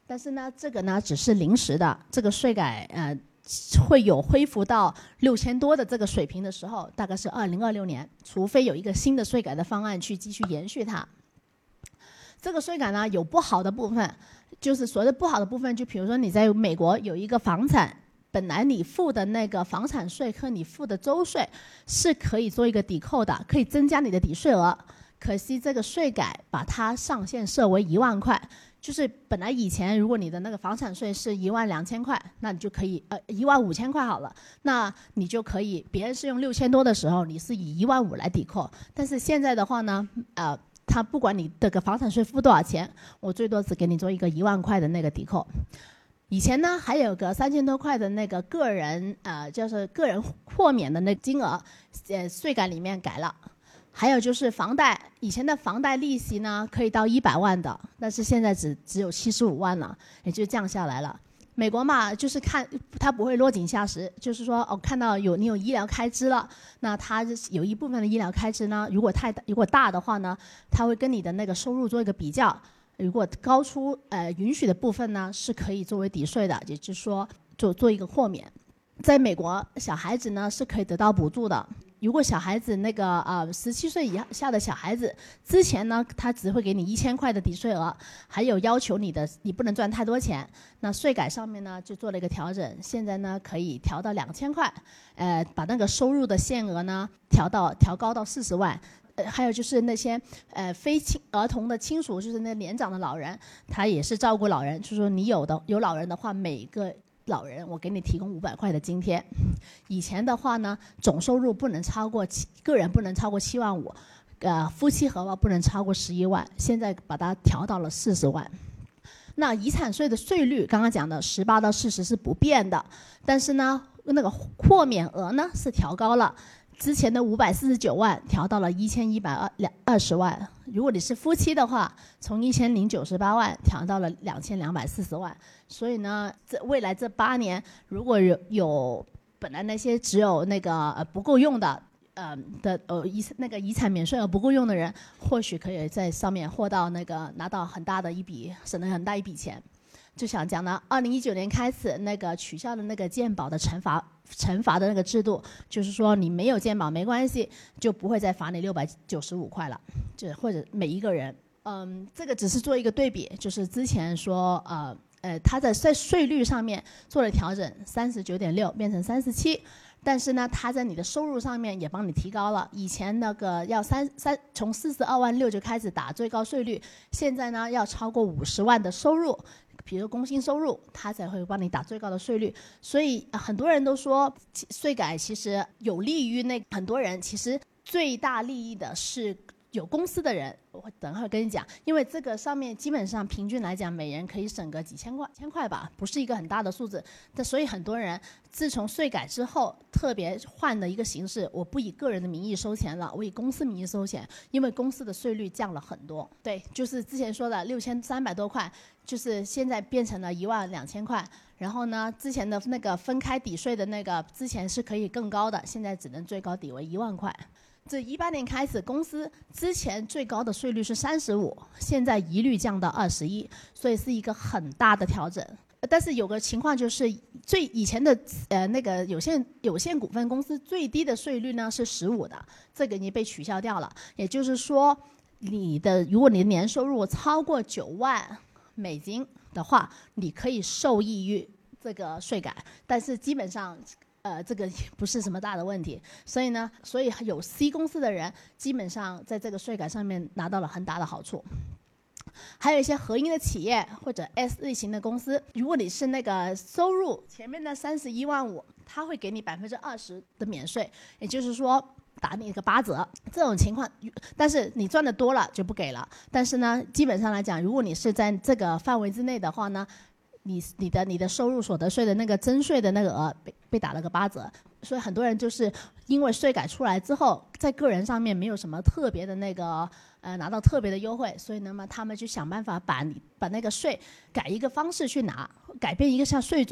但是呢，这个呢只是临时的，这个税改呃会有恢复到六千多的这个水平的时候，大概是二零二六年，除非有一个新的税改的方案去继续延续它。这个税改呢有不好的部分，就是所谓的不好的部分，就比如说你在美国有一个房产，本来你付的那个房产税和你付的州税是可以做一个抵扣的，可以增加你的抵税额。可惜这个税改把它上限设为一万块，就是本来以前如果你的那个房产税是一万两千块，那你就可以呃一万五千块好了，那你就可以别人是用六千多的时候，你是以一万五来抵扣。但是现在的话呢，呃，他不管你这个房产税付多少钱，我最多只给你做一个一万块的那个抵扣。以前呢还有个三千多块的那个个人呃就是个人豁免的那金额，呃税改里面改了。还有就是房贷，以前的房贷利息呢可以到一百万的，但是现在只只有七十五万了，也就降下来了。美国嘛，就是看它不会落井下石，就是说哦，看到有你有医疗开支了，那它有一部分的医疗开支呢，如果太如果大的话呢，它会跟你的那个收入做一个比较，如果高出呃允许的部分呢，是可以作为抵税的，也就是说做做一个豁免。在美国，小孩子呢是可以得到补助的。如果小孩子那个呃十七岁以下的小孩子，之前呢他只会给你一千块的抵税额，还有要求你的你不能赚太多钱。那税改上面呢就做了一个调整，现在呢可以调到两千块，呃把那个收入的限额呢调到调高到四十万。呃还有就是那些呃非亲儿童的亲属，就是那年长的老人，他也是照顾老人，就是说你有的有老人的话，每个老人我给你提供五百块的津贴。以前的话呢，总收入不能超过七，个人不能超过七万五，呃，夫妻合不能超过十一万。现在把它调到了四十万。那遗产税的税率，刚刚讲的十八到四十是不变的，但是呢，那个豁免额呢是调高了。之前的五百四十九万调到了一千一百二十万，如果你是夫妻的话，从一千零九十八万调到了两千两百四十万。所以呢，这未来这八年，如果有有本来那些只有那个呃不够用的，呃的呃遗那个遗产免税额不够用的人，或许可以在上面获到那个拿到很大的一笔，省了很大一笔钱。就想讲呢，二零一九年开始那个取消的那个健保的惩罚惩罚的那个制度，就是说你没有健保没关系，就不会再罚你六百九十五块了，就或者每一个人。嗯，这个只是做一个对比，就是之前说呃呃，它在在税率上面做了调整，三十九点六变成三十七。但是呢，它在你的收入上面也帮你提高了。以前那个要三三从四十二万六就开始打最高税率，现在呢要超过五十万的收入，比如工薪收入，它才会帮你打最高的税率。所以很多人都说税改其实有利于那很多人，其实最大利益的是有公司的人。我会等会儿跟你讲，因为这个上面基本上平均来讲，每人可以省个几千块千块吧，不是一个很大的数字。但所以很多人自从税改之后，特别换了一个形式，我不以个人的名义收钱了，我以公司名义收钱，因为公司的税率降了很多。对，就是之前说的六千三百多块，就是现在变成了一万两千块。然后呢，之前的那个分开抵税的那个，之前是可以更高的，现在只能最高抵为一万块。这一八年开始，公司之前最高的税率是三十五，现在一律降到二十一，所以是一个很大的调整。但是有个情况就是，最以前的呃那个有限有限股份公司最低的税率呢是十五的，这个已经被取消掉了。也就是说，你的如果你的年收入超过九万美金的话，你可以受益于这个税改，但是基本上。呃，这个不是什么大的问题，所以呢，所以有 C 公司的人基本上在这个税改上面拿到了很大的好处。还有一些合营的企业或者 S 类型的公司，如果你是那个收入前面的三十一万五，他会给你百分之二十的免税，也就是说打你一个八折。这种情况，但是你赚的多了就不给了。但是呢，基本上来讲，如果你是在这个范围之内的话呢。你你的你的收入所得税的那个征税的那个额被被打了个八折，所以很多人就是因为税改出来之后，在个人上面没有什么特别的那个呃拿到特别的优惠，所以那么他们就想办法把你把那个税改一个方式去拿，改变一个像税种，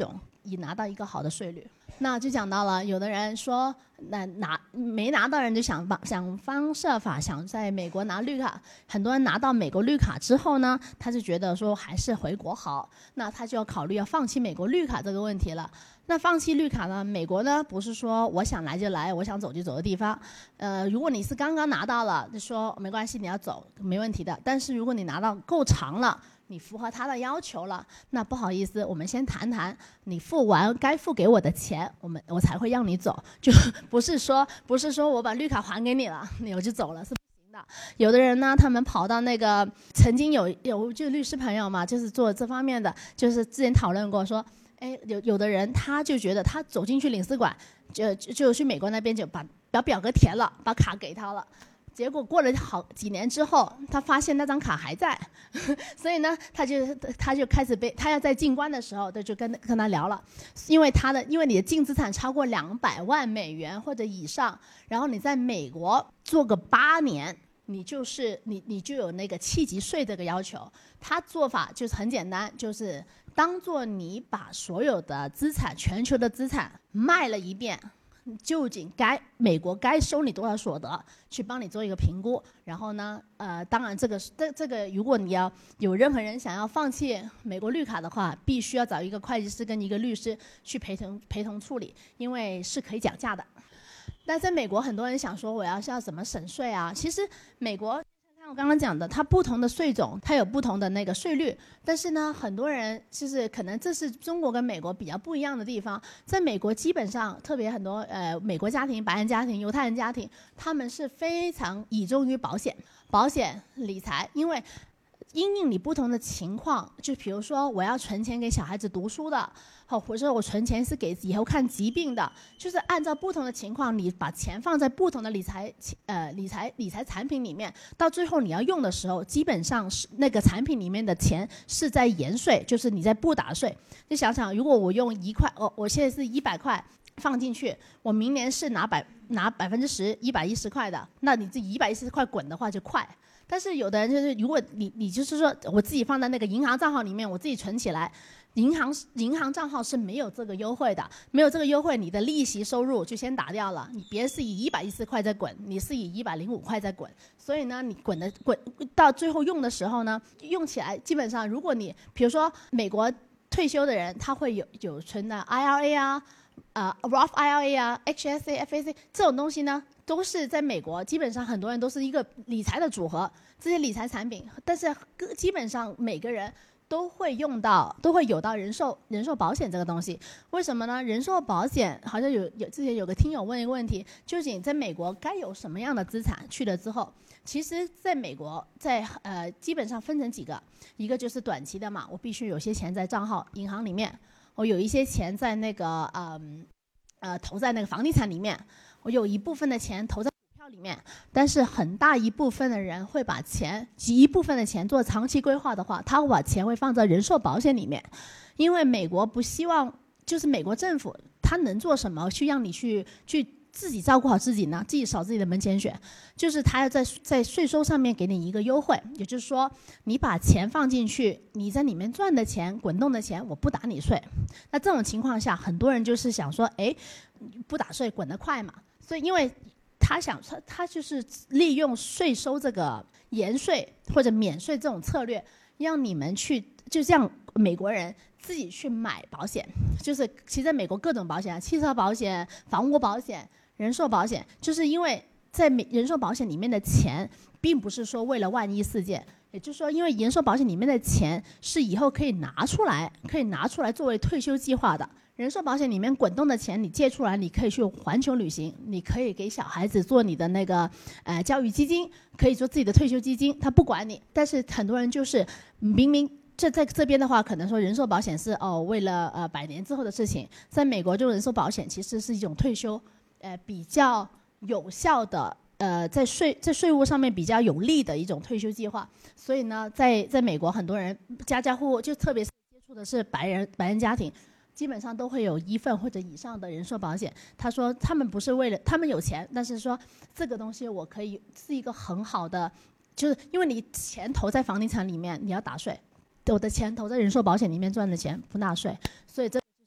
以拿到一个好的税率。那就讲到了，有的人说，那拿没拿到人就想方想方设法想在美国拿绿卡，很多人拿到美国绿卡之后呢，他就觉得说还是回国好，那他就要考虑要放弃美国绿卡这个问题了。那放弃绿卡呢，美国呢不是说我想来就来，我想走就走的地方。呃，如果你是刚刚拿到了，就说没关系，你要走没问题的。但是如果你拿到够长了，你符合他的要求了，那不好意思，我们先谈谈，你付完该付给我的钱，我们我才会让你走，就不是说不是说我把绿卡还给你了，你我就走了，是不行的。有的人呢，他们跑到那个曾经有有就律师朋友嘛，就是做这方面的，就是之前讨论过说，哎，有有的人他就觉得他走进去领事馆，就就就去美国那边就把把表格填了，把卡给他了。结果过了好几年之后，他发现那张卡还在，所以呢，他就他就开始被他要在进关的时候，他就跟跟他聊了，因为他的因为你的净资产超过两百万美元或者以上，然后你在美国做个八年，你就是你你就有那个契机税这个要求。他做法就是很简单，就是当做你把所有的资产，全球的资产卖了一遍。究竟该美国该收你多少所得，去帮你做一个评估。然后呢，呃，当然这个这这个，如果你要有任何人想要放弃美国绿卡的话，必须要找一个会计师跟一个律师去陪同陪同处理，因为是可以讲价的。但在美国，很多人想说我要是要怎么省税啊？其实美国。像我刚刚讲的，它不同的税种，它有不同的那个税率。但是呢，很多人就是可能这是中国跟美国比较不一样的地方。在美国，基本上特别很多呃美国家庭、白人家庭、犹太人家庭，他们是非常倚重于保险、保险理财，因为因应你不同的情况，就比如说我要存钱给小孩子读书的，好，或者我存钱是给以后看疾病的，就是按照不同的情况，你把钱放在不同的理财呃理财理财产品里面，到最后你要用的时候，基本上是那个产品里面的钱是在延税，就是你在不打税。就想想，如果我用一块，我我现在是一百块放进去，我明年是拿百拿百分之十，一百一十块的，那你这一百一十块滚的话就快。但是有的人就是，如果你你就是说我自己放在那个银行账号里面，我自己存起来，银行银行账号是没有这个优惠的，没有这个优惠，你的利息收入就先打掉了。你别是以一百一十块在滚，你是以一百零五块在滚，所以呢，你滚的滚到最后用的时候呢，用起来基本上，如果你比如说美国退休的人，他会有有存的 I R A 啊。呃 Roth I R A 啊 H S A F A C 这种东西呢，都是在美国基本上很多人都是一个理财的组合，这些理财产品，但是基本上每个人都会用到，都会有到人寿人寿保险这个东西。为什么呢？人寿保险好像有有之前有个听友问一个问题，究竟在美国该有什么样的资产？去了之后，其实在美国在呃基本上分成几个，一个就是短期的嘛，我必须有些钱在账号银行里面。我有一些钱在那个嗯呃投在那个房地产里面，我有一部分的钱投在股票里面，但是很大一部分的人会把钱一部分的钱做长期规划的话，他会把钱会放在人寿保险里面，因为美国不希望，就是美国政府他能做什么去让你去去自己照顾好自己呢？自己扫自己的门前雪，就是他要在在税收上面给你一个优惠，也就是说，你把钱放进去，你在里面赚的钱、滚动的钱，我不打你税。那这种情况下，很多人就是想说，哎，不打税，滚得快嘛。所以，因为他想他他就是利用税收这个延税或者免税这种策略，让你们去就让美国人自己去买保险，就是其实在美国各种保险，汽车保险、房屋保险。人寿保险就是因为在人寿保险里面的钱，并不是说为了万一事件，也就是说，因为人寿保险里面的钱是以后可以拿出来，可以拿出来作为退休计划的。人寿保险里面滚动的钱，你借出来，你可以去环球旅行，你可以给小孩子做你的那个呃教育基金，可以做自己的退休基金，他不管你。但是很多人就是明明。这在这边的话，可能说人寿保险是哦为了呃百年之后的事情，在美国就人寿保险其实是一种退休。呃，比较有效的，呃，在税在税务上面比较有利的一种退休计划。所以呢，在在美国，很多人家家户户，就特别是接触的是白人白人家庭，基本上都会有一份或者以上的人寿保险。他说，他们不是为了他们有钱，但是说这个东西我可以是一个很好的，就是因为你钱投在房地产里面，你要打税，我的钱投在人寿保险里面赚的钱不纳税，所以这。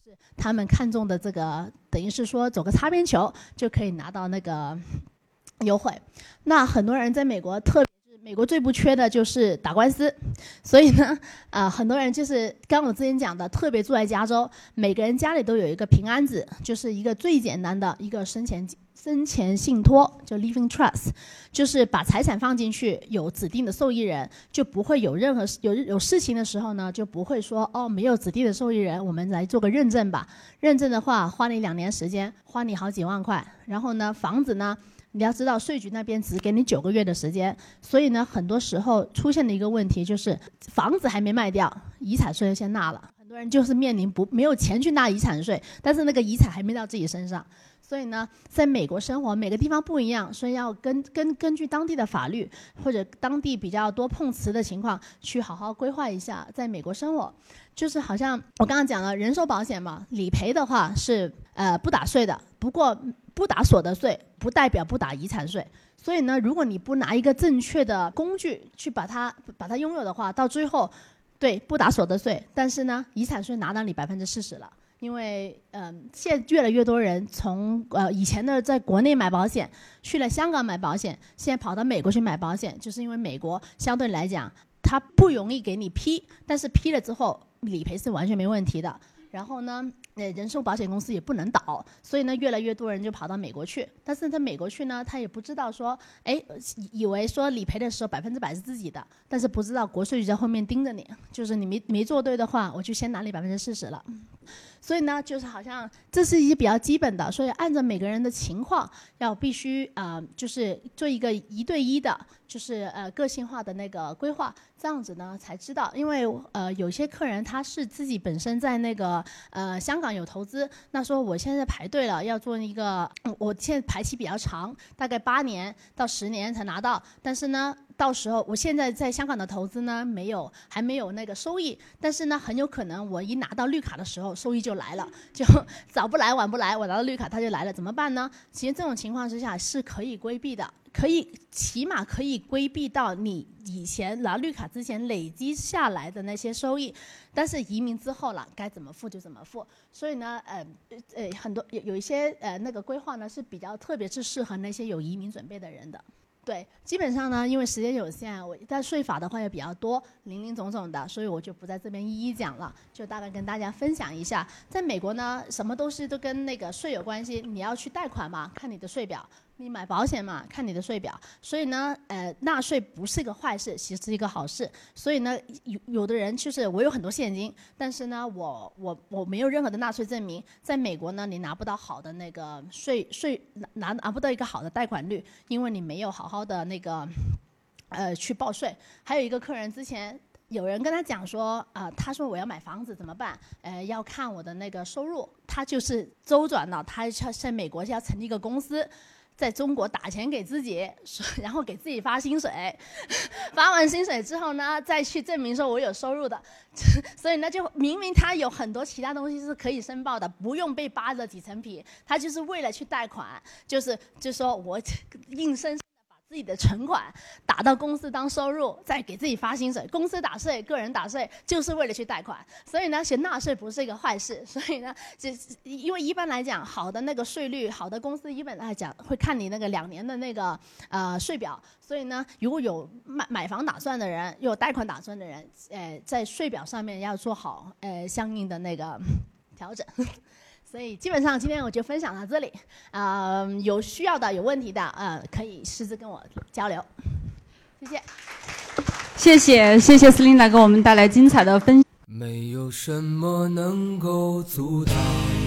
他们看中的这个，等于是说走个擦边球就可以拿到那个优惠。那很多人在美国，特别是美国最不缺的就是打官司，所以呢，呃，很多人就是刚我之前讲的，特别住在加州，每个人家里都有一个平安纸，就是一个最简单的一个生前生前信托，就 living trust， 就是把财产放进去，有指定的受益人，就不会有任何有有事情的时候呢，就不会说哦没有指定的受益人，我们来做个认证吧。认证的话，花你两年时间，花你好几万块。然后呢，房子呢，你要知道税局那边只给你九个月的时间，所以呢，很多时候出现的一个问题就是房子还没卖掉，遗产税先纳了，很多人就是面临不没有钱去纳遗产税，但是那个遗产还没到自己身上。所以呢，在美国生活每个地方不一样，所以要根根根据当地的法律或者当地比较多碰瓷的情况，去好好规划一下在美国生活。就是好像我刚刚讲了人寿保险嘛，理赔的话是呃不打税的，不过不打所得税不代表不打遗产税。所以呢，如果你不拿一个正确的工具去把它把它拥有的话，到最后对不打所得税，但是呢遗产税拿到你百分之四十了。因为嗯、呃，现在越来越多人从呃以前的在国内买保险，去了香港买保险，现在跑到美国去买保险，就是因为美国相对来讲它不容易给你批，但是批了之后理赔是完全没问题的。然后呢，呃，人寿保险公司也不能倒，所以呢，越来越多人就跑到美国去。但是在美国去呢，他也不知道说，哎，以为说理赔的时候百分之百是自己的，但是不知道国税局在后面盯着你，就是你没没做对的话，我就先拿你百分之四十了。所以呢，就是好像这是一些比较基本的，所以按照每个人的情况，要必须呃，就是做一个一对一的，就是呃个性化的那个规划，这样子呢才知道。因为呃有些客人他是自己本身在那个呃香港有投资，那说我现在排队了，要做一个，嗯、我现在排期比较长，大概八年到十年才拿到，但是呢。到时候我现在在香港的投资呢，没有还没有那个收益，但是呢，很有可能我一拿到绿卡的时候，收益就来了，就早不来晚不来，我拿到绿卡它就来了，怎么办呢？其实这种情况之下是可以规避的，可以起码可以规避到你以前拿绿卡之前累积下来的那些收益，但是移民之后了，该怎么付就怎么付。所以呢，呃呃，很多有有一些呃那个规划呢是比较特别是适合那些有移民准备的人的。对，基本上呢，因为时间有限，我但税法的话也比较多，林林总总的，所以我就不在这边一一讲了，就大概跟大家分享一下。在美国呢，什么都是都跟那个税有关系，你要去贷款嘛，看你的税表；你买保险嘛，看你的税表。所以呢，呃，纳税不是一个坏事，其实是一个好事。所以呢，有有的人就是我有很多现金，但是呢，我我我没有任何的纳税证明。在美国呢，你拿不到好的那个税税拿拿不到一个好的贷款率，因为你没有好好的那个呃去报税。还有一个客人之前有人跟他讲说啊、呃，他说我要买房子怎么办？呃，要看我的那个收入。他就是周转了，他在美国要成立一个公司。在中国打钱给自己，然后给自己发薪水，发完薪水之后呢，再去证明说我有收入的，所以呢，就明明他有很多其他东西是可以申报的，不用被扒了几层皮，他就是为了去贷款，就是就说我硬生生把自己的存款打到公司当收入，再给自己发薪水，公司打税，个人打税，就是为了去贷款。所以呢，其实纳税不是一个坏事。所以呢，就因为一般来讲，好的那个税率，好的公司一般来讲会看你那个两年的那个呃税表。所以呢，如果有买买房打算的人，有贷款打算的人，呃，在税表上面要做好呃相应的那个调整。所以基本上今天我就分享到这里，呃，有需要的、有问题的，呃，可以私自跟我交流。谢谢。 谢谢谢谢斯琳达给我们带来精彩的分享。 没有什么能够阻挡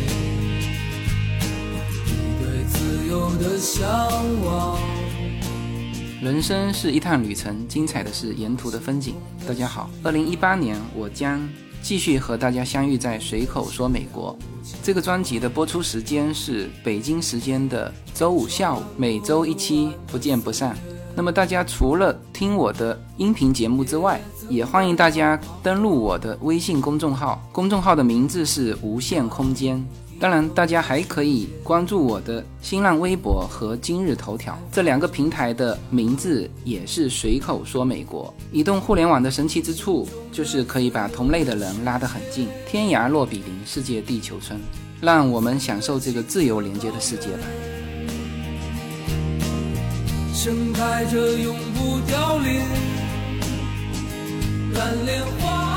你对自由的向往。 人生是一趟旅程，精彩的是沿途的风景。大家好，二零一八年我将继续和大家相遇在随口说美国。这个专辑的播出时间是北京时间的周五下午，每周一期，不见不散。那么大家除了听我的音频节目之外，也欢迎大家登录我的微信公众号，公众号的名字是无限空间， 当然大家还可以关注我的新浪微博和今日头条，这两个平台的名字也是随口说美国。移动互联网的神奇之处就是可以把同类的人拉得很近，天涯若比邻，世界地球村，让我们享受这个自由连接的世界吧。 盛开着永不凋零蓝莲花。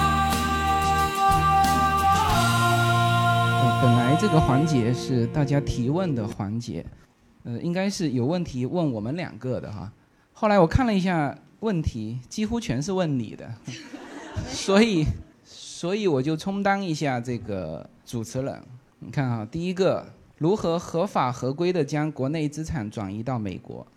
本来这个环节是大家提问的环节，呃，应该是有问题问我们两个的哈。后来我看了一下问题，几乎全是问你的，所以所以我就充当一下这个主持人。你看哈，第一个，如何合法合规的将国内资产转移到美国？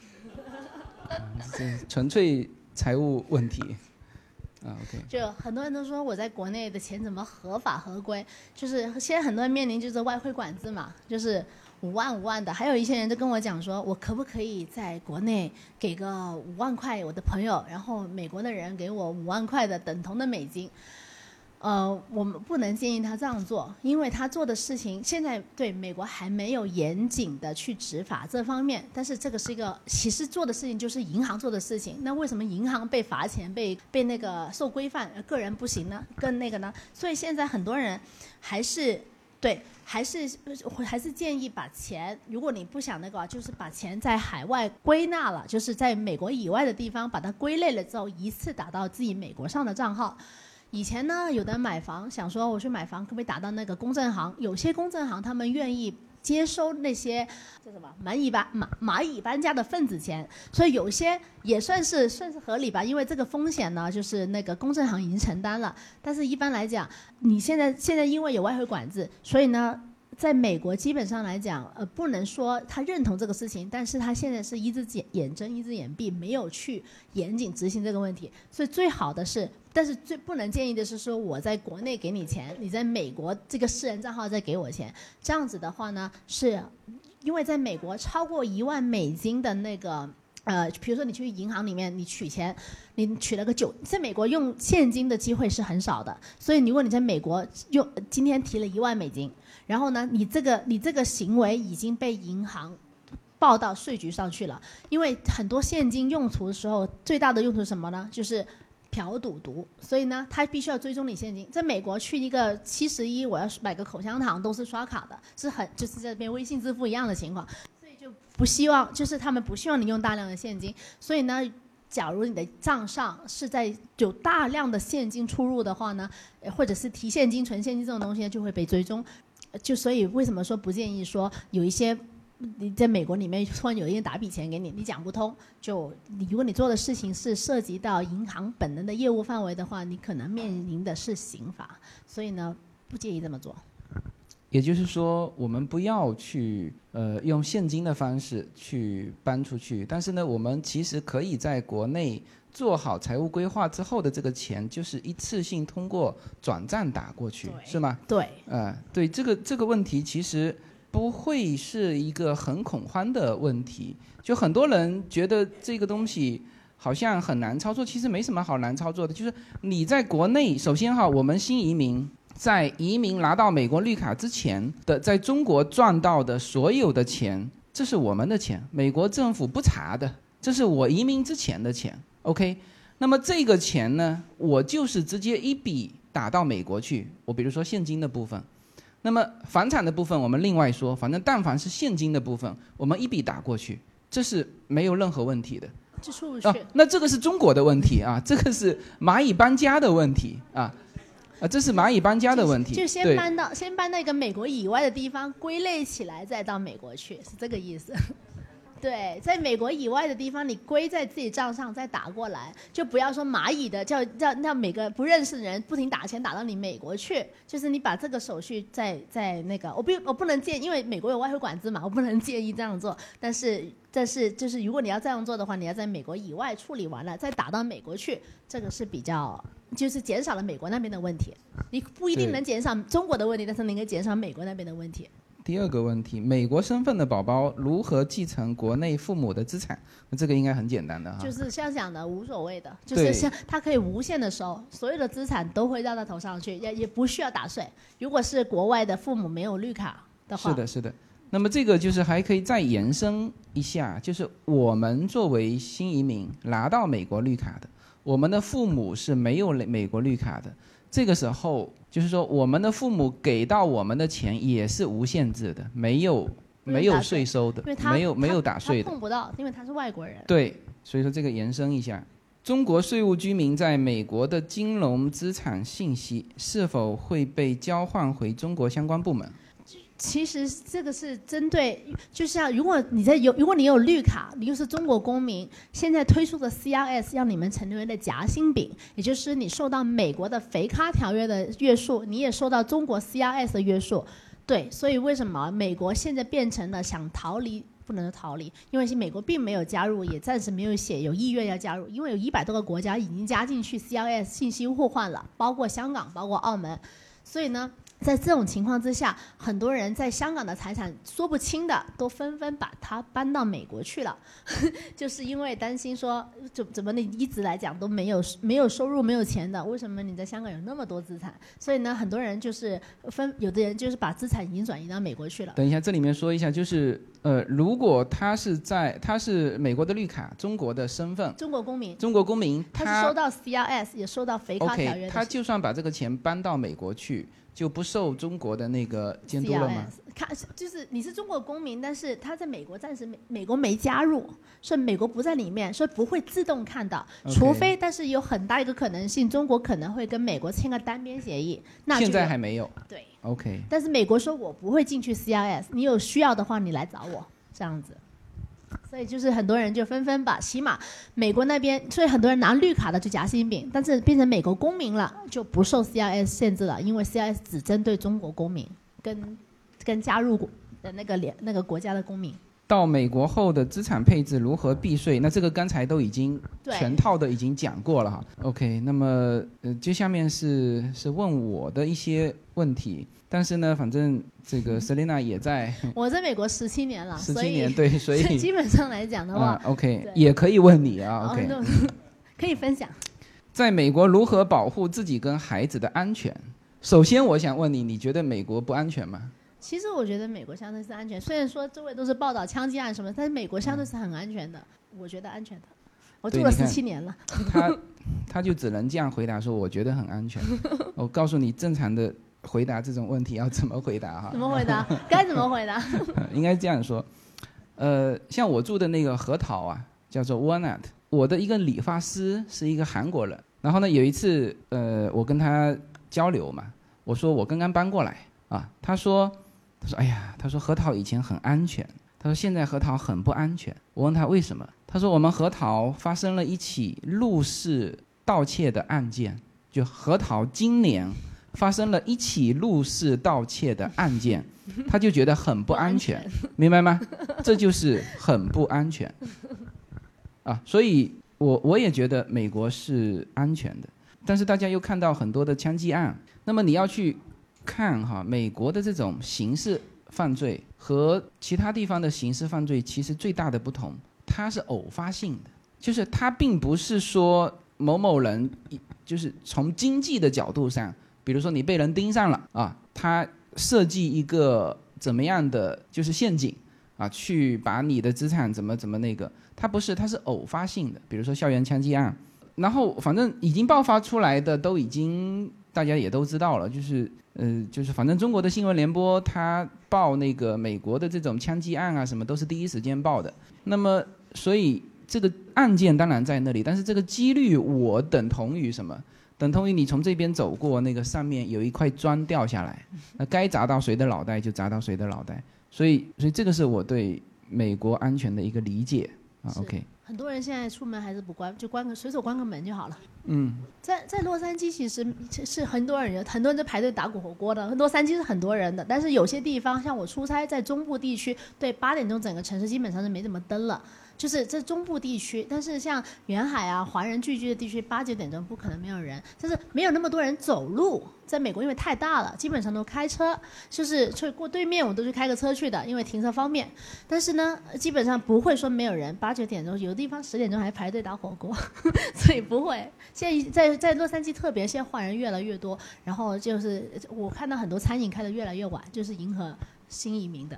这纯粹财务问题。啊 ，OK， 就很多人都说我在国内的钱怎么合法合规，就是现在很多人面临就是外汇管制嘛，就是五万五万的，还有一些人就跟我讲说，我可不可以在国内给个五万块我的朋友，然后美国的人给我五万块的等同的美金。呃，我们不能建议他这样做，因为他做的事情现在对美国还没有严谨的去执法这方面，但是这个是一个其实做的事情就是银行做的事情。那为什么银行被罚钱、被被那个受规范，个人不行呢？更那个呢？所以现在很多人还是对，还是还是建议把钱，如果你不想那个，就是把钱在海外归纳了，就是在美国以外的地方把它归类了之后，一次打到自己美国上的账号。以前呢，有的买房想说我去买房可不可以打到那个公证行，有些公证行他们愿意接收那些叫什么蚂蚁搬蚂蚂蚁搬家的份子钱，所以有些也算是算是合理吧，因为这个风险呢就是那个公证行已经承担了。但是一般来讲，你现在现在因为有外汇管制，所以呢在美国基本上来讲，呃，不能说他认同这个事情，但是他现在是一只眼睁一只眼闭，没有去严谨执行这个问题。所以最好的是，但是最不能建议的是说，我在国内给你钱，你在美国这个私人账号再给我钱，这样子的话呢，是因为在美国超过一万美金的那个。呃，比如说你去银行里面你取钱，你取了个九，在美国用现金的机会是很少的，所以如果你在美国用今天提了一万美金，然后呢，你这个你这个行为已经被银行报到税局上去了，因为很多现金用途的时候，最大的用途是什么呢？就是嫖赌毒，所以呢，他必须要追踪你现金。在美国去一个七十一，我要买个口香糖都是刷卡的，是很就是这边微信支付一样的情况。不希望，就是他们不希望你用大量的现金，所以呢，假如你的账上是在有大量的现金出入的话呢，或者是提现金、存现金这种东西就会被追踪。就所以为什么说不建议说有一些你在美国里面突然有一人打笔钱给你，你讲不通，就你如果你做的事情是涉及到银行本人的业务范围的话，你可能面临的是刑罚，所以呢，不建议这么做。 也就是说，我们不要去呃用现金的方式去搬出去，但是呢，我们其实可以在国内做好财务规划之后的这个钱，就是一次性通过转账打过去，是吗？ 对。 呃，对，这个这个问题其实不会是一个很恐慌的问题。就很多人觉得这个东西好像很难操作，其实没什么好难操作的。就是你在国内，首先哈，我们新移民。在移民拿到美国绿卡之前的，在中国赚到的所有的钱，这是我们的钱，美国政府不查的，这是我移民之前的钱 ，OK？ 那么这个钱呢，我就是直接一笔打到美国去，我比如说现金的部分，那么房产的部分我们另外说，反正但凡是现金的部分，我们一笔打过去，这是没有任何问题的。 这出不去、 啊。那这个是中国的问题啊，这个是蚂蚁搬家的问题啊。啊，这是蚂蚁搬家的问题， 就, 就先搬到先搬到一个美国以外的地方，归类起来，再到美国去，是这个意思。对，在美国以外的地方，你归在自己账上再打过来，就不要说蚂蚁的，叫叫让每个不认识的人不停打钱打到你美国去，就是你把这个手续在在那个，我不我不能建议，因为美国有外汇管制嘛，我不能建议这样做，但是但是就是如果你要这样做的话，你要在美国以外处理完了再打到美国去，这个是比较。就是减少了美国那边的问题，你不一定能减少中国的问题，但是能够减少美国那边的问题。 第二个问题，美国身份的宝宝如何继承国内父母的资产？这个应该很简单的哈。 就是像讲的无所谓的，就是像他可以无限的收，所有的资产都会到他头上去，也也不需要打税。如果是国外的父母没有绿卡， 的话， 是的，是的。那么这个就是还可以再延伸一下，就是我们作为新移民拿到美国绿卡的，我们的父母是没有美国绿卡的，这个时候就是说我们的父母给到我们的钱也是无限制的，没有没有税收的，没有没有打税的， 他碰不到，因为他是外国人。 对，所以说这个延伸一下，中国税务居民在美国的金融资产信息是否会被交换回中国相关部门？ 其实这个是针对，就像如果你在有，如果你有绿卡，你又是中国公民，现在推出的 C R S 让你们成为的夹心饼，也就是你受到美国的肥咖条约的约束，你也受到中国 C R S 的约束。对，所以为什么美国现在变成了想逃离？不能逃离，因为美国并没有加入，也暂时没有写有意愿要加入，因为有一百多个国家已经加进去 C R S 信息互换了，包括香港，包括澳门，所以呢。在这种情况之下，很多人在香港的财产说不清的，都纷纷把它搬到美国去了，就是因为担心说，怎怎么你一直来讲都没有没有收入、没有钱的，为什么你在香港有那么多资产？所以呢，很多人就是分，有的人就是把资产已经转移到美国去了。 等一下，这里面说一下，就是呃，如果他是在他是美国的绿卡，中国的身份， 中国公民， 中国公民， 他是收到 C R S 也收到肥咖条约的。 OK， 他就算把这个钱搬到美国去。就不受中国的那个监督了吗？ 看，就是你是中国公民，但是他在美国暂时美美国没加入，所以美国不在里面，所以不会自动看到， okay. 除非，但是有很大一个可能性，中国可能会跟美国签个单边协议。那现在还没有。 对。 OK。 但是美国说我不会进去 C R S， 你有需要的话你来找我，这样子。所以就是很多人就纷纷把起码美国那边，所以很多人拿绿卡的就夹心饼，但是变成美国公民了就不受 C R S 限制了，因为 C R S 只针对中国公民跟跟加入的那个联那个国家的公民。 到美国后的资产配置如何避税？那这个刚才都已经全套的已经讲过了哈。OK， 那么呃，接下面是是问我的一些问题，但是呢，反正这个 Selina 也在。 我在美国十七年了， 十七年对，所以基本上来讲的话、 啊、，OK 也可以问你啊 ，OK， 可以分享。 在美国如何保护自己跟孩子的安全？首先，我想问你，你觉得美国不安全吗？ 其实我觉得美国相对是安全，虽然说周围都是报道枪击案什么，但是美国相对是很安全的，嗯、我觉得安全的。我住了十七年了。 他他就只能这样回答说，我觉得很安全。我告诉你，正常的回答这种问题要怎么回答哈？ 怎么回答？该怎么回答？ 应该这样说，呃，像我住的那个核桃啊，叫做 Walnut， 我的一个理发师是一个韩国人，然后呢，有一次呃，我跟他交流嘛，我说我刚刚搬过来啊，他说。他说：“哎呀，他说核桃以前很安全，他说现在核桃很不安全。”我问他为什么，他说我们核桃发生了一起入室盗窃的案件，就核桃今年发生了一起入室盗窃的案件，他就觉得很不安全，安全明白吗？这就是很不安全啊！所以我我也觉得美国是安全的，但是大家又看到很多的枪击案，那么你要去。看哈，美国的这种刑事犯罪和其他地方的刑事犯罪其实最大的不同，它是偶发性的，就是它并不是说某某人就是从经济的角度上，比如说你被人盯上了啊，他设计一个怎么样的就是陷阱啊，去把你的资产怎么怎么那个，它不是，它是偶发性的，比如说校园枪击案，然后反正已经爆发出来的都已经大家也都知道了，就是呃，就是反正中国的新闻联播它报那个美国的这种枪击案啊什么都是第一时间报的，那么所以这个案件当然在那里，但是这个几率我等同于什么？等同于你从这边走过，那个上面有一块砖掉下来，那该砸到谁的脑袋就砸到谁的脑袋，所以所以这个是我对美国安全的一个理解啊。OK。 很多人现在出门还是不关，就关个随手关个门就好了。 嗯， 在在洛杉矶其实是很多人，很多人在排队打鼓火锅的。洛杉矶是很多人的，但是有些地方像我出差在中部地区，对八点钟整个城市基本上是没怎么灯了。就是这中部地区，但是像沿海啊华人聚居的地区，八九点钟不可能没有人，但是没有那么多人走路。在美国因为太大了，基本上都开车，就是去过对面我都去开个车去的，因为停车方便。但是呢，基本上不会说没有人，八九点钟有的地方十点钟还排队打火锅，所以不会。现在在在洛杉矶特别，现在华人越来越多，然后就是我看到很多餐饮开得越来越晚，就是迎合新移民的。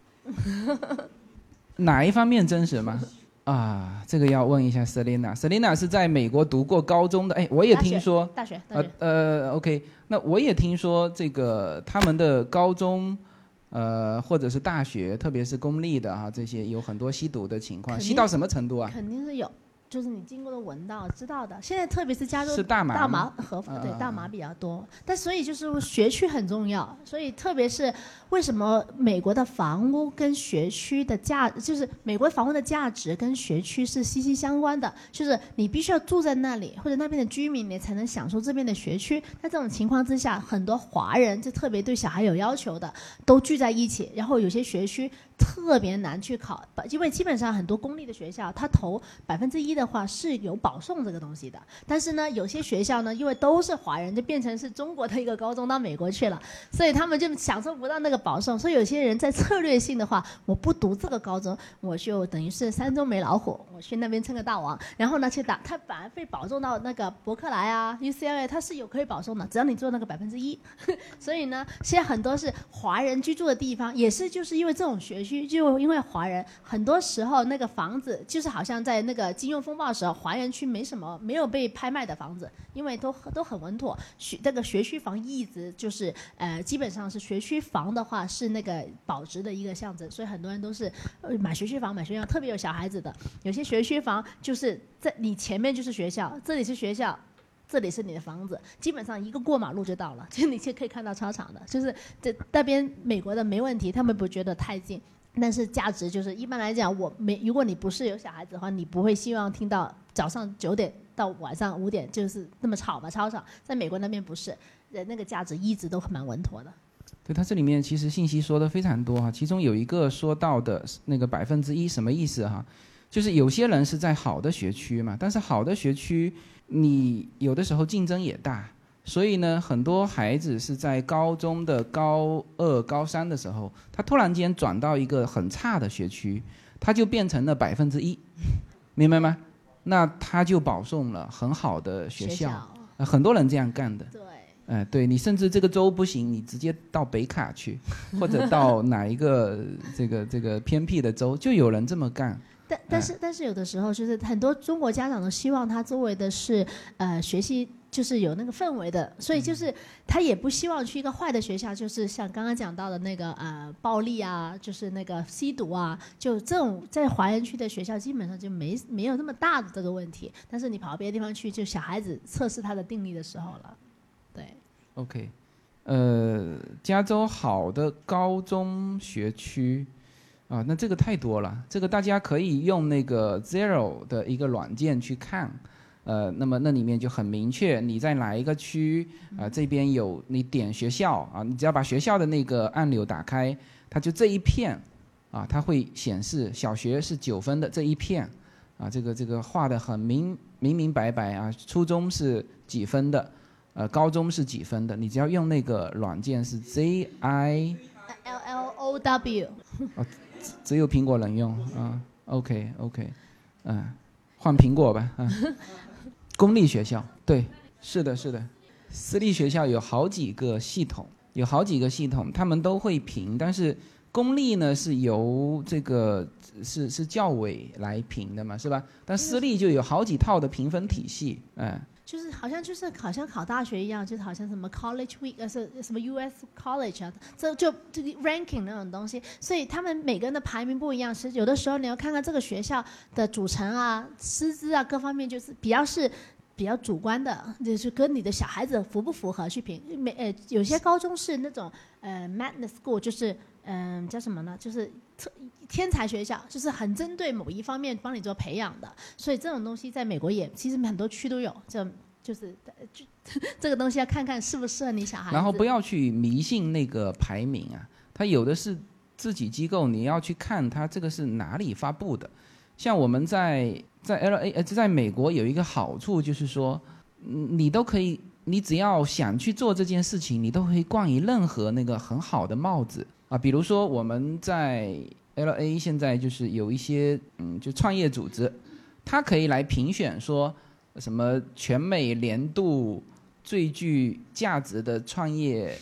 哪一方面真实吗？啊，这个要问一下 Selina。Selina 是在美国读过高中的，哎，我也听说大学，大学， 呃呃 ，OK， 那我也听说这个他们的高中，呃，或者是大学，特别是公立的哈、啊，这些有很多吸毒的情况，吸到什么程度啊？ 肯定是有。就是你经过的闻到知道的，现在特别是加州是大麻， 大麻合法，对，大麻比较多。但所以就是学区很重要，所以特别是为什么美国的房屋跟学区的价，就是美国房屋的价值跟学区是息息相关的，就是你必须要住在那里，或者那边的居民你才能享受这边的学区。在这种情况之下，很多华人就特别对小孩有要求的，都聚在一起，然后有些学区特别难去考，因为基本上很多公立的学校，它投百分之一的话是有保送这个东西的。但是呢，有些学校呢，因为都是华人，就变成是中国的一个高中到美国去了，所以他们就享受不到那个保送。所以有些人在策略性的话，我不读这个高中，我就等于是山中没老虎，我去那边称个大王，然后呢去打，他反而被保送到那个伯克莱啊、U C L A， 他是有可以保送的，只要你做那个百分之一。所以呢，现在很多是华人居住的地方，也是就是因为这种学区。就因为华人很多时候那个房子就是好像在那个金融风暴的时候，华人区没什么没有被拍卖的房子，因为都都很稳妥。学这个学区房一直就是呃基本上是学区房的话是那个保值的一个象征，所以很多人都是买学区房买学区房，特别有小孩子的，有些学区房就是在你前面就是学校，这里是学校。这里是你的房子，基本上一个过马路就到了，就你就可以看到操场的，就是这那边美国的没问题，他们不觉得太近。但是价值就是一般来讲，我没如果你不是有小孩子的话，你不会希望听到早上九点到晚上五点就是那么吵吧？操场在美国那边不是，那个价值一直都蛮稳妥的。 对，它这里面其实信息说的非常多哈，其中有一个说到的那个百分之一什么意思哈？就是有些人是在好的学区嘛，但是好的学区你有的时候竞争也大。所以呢，很多孩子是在高中的高二、高三的时候，他突然间转到一个很差的学区，他就变成了百分之一，明白吗？那他就保送了很好的学校， 学校呃、很多人这样干的。 对， 哎、呃，对你甚至这个州不行，你直接到北卡去，或者到哪一个这个这个偏僻的州，就有人这么干。 但但是、哎、但是有的时候就是很多中国家长都希望他周围的是呃学习。就是有那个氛围的，所以就是他也不希望去一个坏的学校，就是像刚刚讲到的那个呃暴力啊，就是那个吸毒啊，就这种在华人区的学校基本上就没没有那么大的这个问题。但是你跑到别的地方去，就小孩子测试他的定力的时候了。对 ，OK， 呃，加州好的高中学区啊，那这个太多了，这个大家可以用那个 Zero 的一个软件去看。呃，那么那里面就很明确，你在哪一个区啊、呃？这边有你点学校啊，你只要把学校的那个按钮打开，它就这一片啊，它会显示小学是九分的这一片啊，这个这个画的很明明明白白啊，初中是几分的，呃，高中是几分的，你只要用那个软件是 Z I L L O W， 哦，只有苹果能用啊 ，OK OK， 嗯、呃，换苹果吧啊。公立学校，对，是的，是的，私立学校有好几个系统，有好几个系统，他们都会评，但是公立呢是由这个是是教委来评的嘛，是吧？但私立就有好几套的评分体系，哎。 就是好像就是好像考大学一样，就是好像什么 college week 呃是什么 U S college 啊，这就这个 ranking 那种东西，所以他们每个人的排名不一样。是有的时候你要看看这个学校的组成啊、师资啊各方面，就是比较是比较主观的，就是跟你的小孩子符不符合去评。每呃有些高中是那种呃 magnet school， 就是嗯、呃、叫什么呢？就是特天才学校，就是很针对某一方面帮你做培养的。所以这种东西在美国也其实很多区都有，这就是就这个东西要看看适不适合你小孩子。 然后不要去迷信那个排名啊，它有的是自己机构，你要去看它这个是哪里发布的。像我们在在 L A 呃在美国有一个好处就是说，你都可以，你只要想去做这件事情，你都可以冠以任何那个很好的帽子啊。比如说我们在 L A 现在就是有一些嗯就创业组织，它可以来评选说什么全美年度最具价值的创业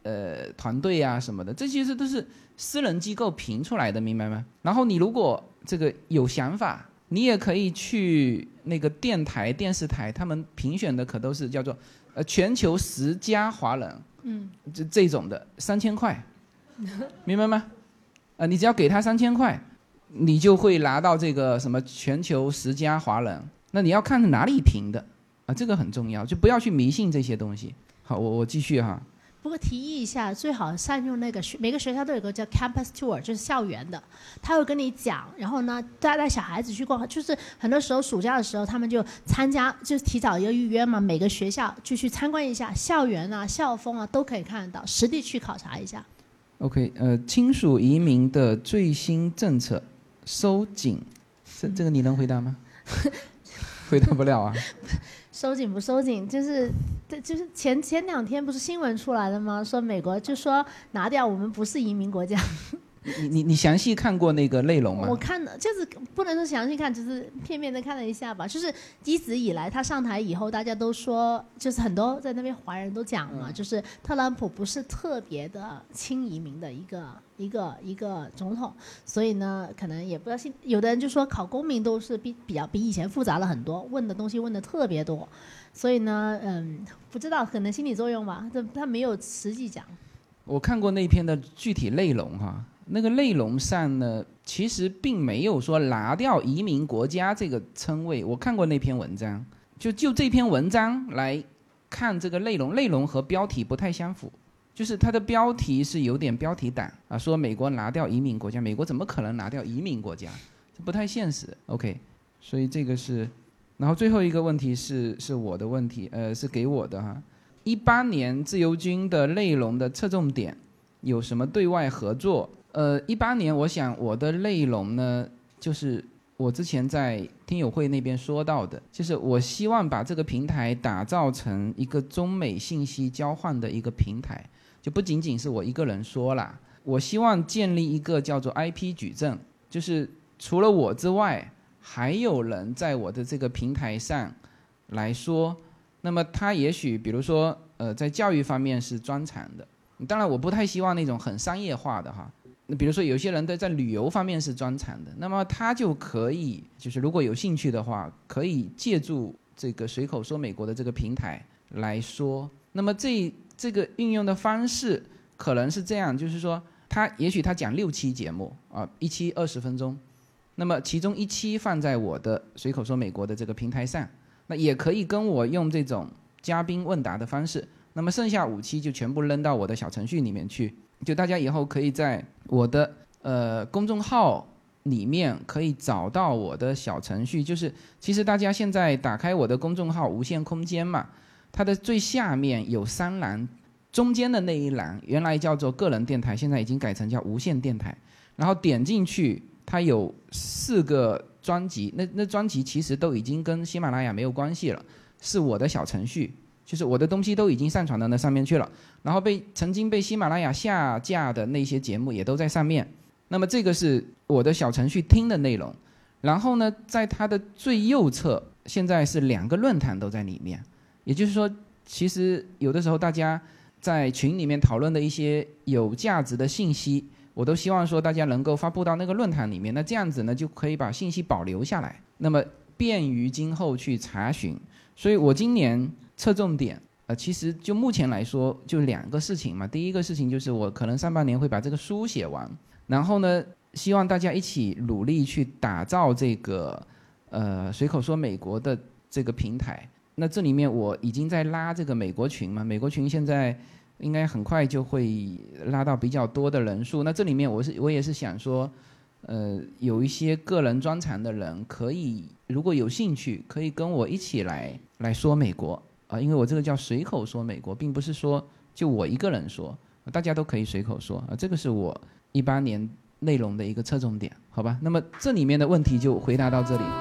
呃团队啊什么的，这些是都是私人机构评出来的，明白吗？然后你如果这个有想法，你也可以去那个电台电视台，他们评选的可都是叫做呃全球十佳华人， 嗯， 这这种的三千块，明白吗？呃，你只要给他三千块，你就会拿到这个什么全球十佳华人。那你要看哪里评的啊，这个很重要，就不要去迷信这些东西。好，我我继续哈。 不过提议一下，最好善用那个学，每个学校都有个叫 campus tour， 就是校园的，他会跟你讲，然后呢带带小孩子去逛，就是很多时候暑假的时候他们就参加，就是提早一个预约嘛，每个学校就去参观一下校园啊、校风啊都可以看得到，实地去考察一下。 OK， 呃，亲属移民的最新政策收紧，这这个你能回答吗？回答不了啊。 收紧不收紧，就是就是前前两天不是新闻出来了吗？说美国就说拿掉我们不是移民国家。 你你你详细看过那个内容吗？ 我看的就是不能说详细看，只是片面的看了一下吧。就是一直以来他上台以后，大家都说，就是很多在那边华人都讲嘛，嗯、就是特朗普不是特别的亲移民的一个一个一个总统，所以呢，可能也不知道，有的人就说考公民都是比比较比以前复杂了很多，问的东西问的特别多，所以呢，嗯，不知道可能心理作用吧，这他没有实际讲。 我看过那篇的具体内容哈。那个内容上呢，其实并没有说拿掉移民国家这个称谓。我看过那篇文章，就就这篇文章来看这个内容，内容和标题不太相符，就是它的标题是有点标题党啊，说美国拿掉移民国家，美国怎么可能拿掉移民国家？这不太现实。OK， 所以这个是，然后最后一个问题是是我的问题，呃，是给我的哈。一八年自由军的内容的侧重点有什么对外合作？呃，一八年我想我的内容呢，就是我之前在听友会那边说到的，就是我希望把这个平台打造成一个中美信息交换的一个平台，就不仅仅是我一个人说啦，我希望建立一个叫做 I P 矩阵，就是除了我之外，还有人在我的这个平台上来说，那么他也许比如说呃，在教育方面是专长的，当然我不太希望那种很商业化的哈。比如说有些人在在旅游方面是专长的，那么他就可以就是如果有兴趣的话，可以借助这个随口说美国的这个平台来说。那么这这个运用的方式可能是这样，就是说他也许他讲六期节目啊，一期二十分钟，那么其中一期放在我的随口说美国的这个平台上，那也可以跟我用这种嘉宾问答的方式，那么剩下五期就全部扔到我的小程序里面去。就大家以后可以在我的呃公众号里面可以找到我的小程序，就是其实大家现在打开我的公众号无限空间嘛，它的最下面有三栏，中间的那一栏原来叫做个人电台，现在已经改成叫无线电台，然后点进去它有四个专辑，那那专辑其实都已经跟喜马拉雅没有关系了，是我的小程序，就是我的东西都已经上传到那上面去了，然后被曾经被喜马拉雅下架的那些节目也都在上面。那么这个是我的小程序听的内容，然后呢，在它的最右侧现在是两个论坛都在里面，也就是说，其实有的时候大家在群里面讨论的一些有价值的信息，我都希望说大家能够发布到那个论坛里面，那这样子呢就可以把信息保留下来，那么便于今后去查询。所以我今年侧重点呃，其实就目前来说就两个事情嘛。第一个事情就是我可能上半年会把这个书写完，然后呢希望大家一起努力去打造这个呃随口说美国的这个平台。那这里面我已经在拉这个美国群嘛，美国群现在应该很快就会拉到比较多的人数。那这里面我是我也是想说呃，有一些个人专长的人可以如果有兴趣可以跟我一起来来说美国啊、呃，因为我这个叫随口说美国，并不是说就我一个人说，大家都可以随口说啊、呃，这个是我一八年内容的一个侧重点，好吧？那么这里面的问题就回答到这里。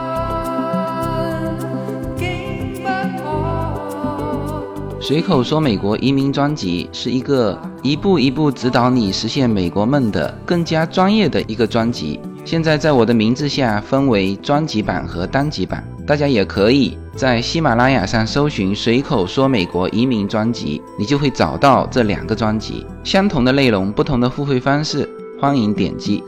随口说美国移民专辑是一个一步一步指导你实现美国梦的更加专业的一个专辑， 现在在我的名字下分为专辑版和单集版，大家也可以在喜马拉雅上搜寻随口说美国移民专辑，你就会找到这两个专辑，相同的内容，不同的付费方式，欢迎点击。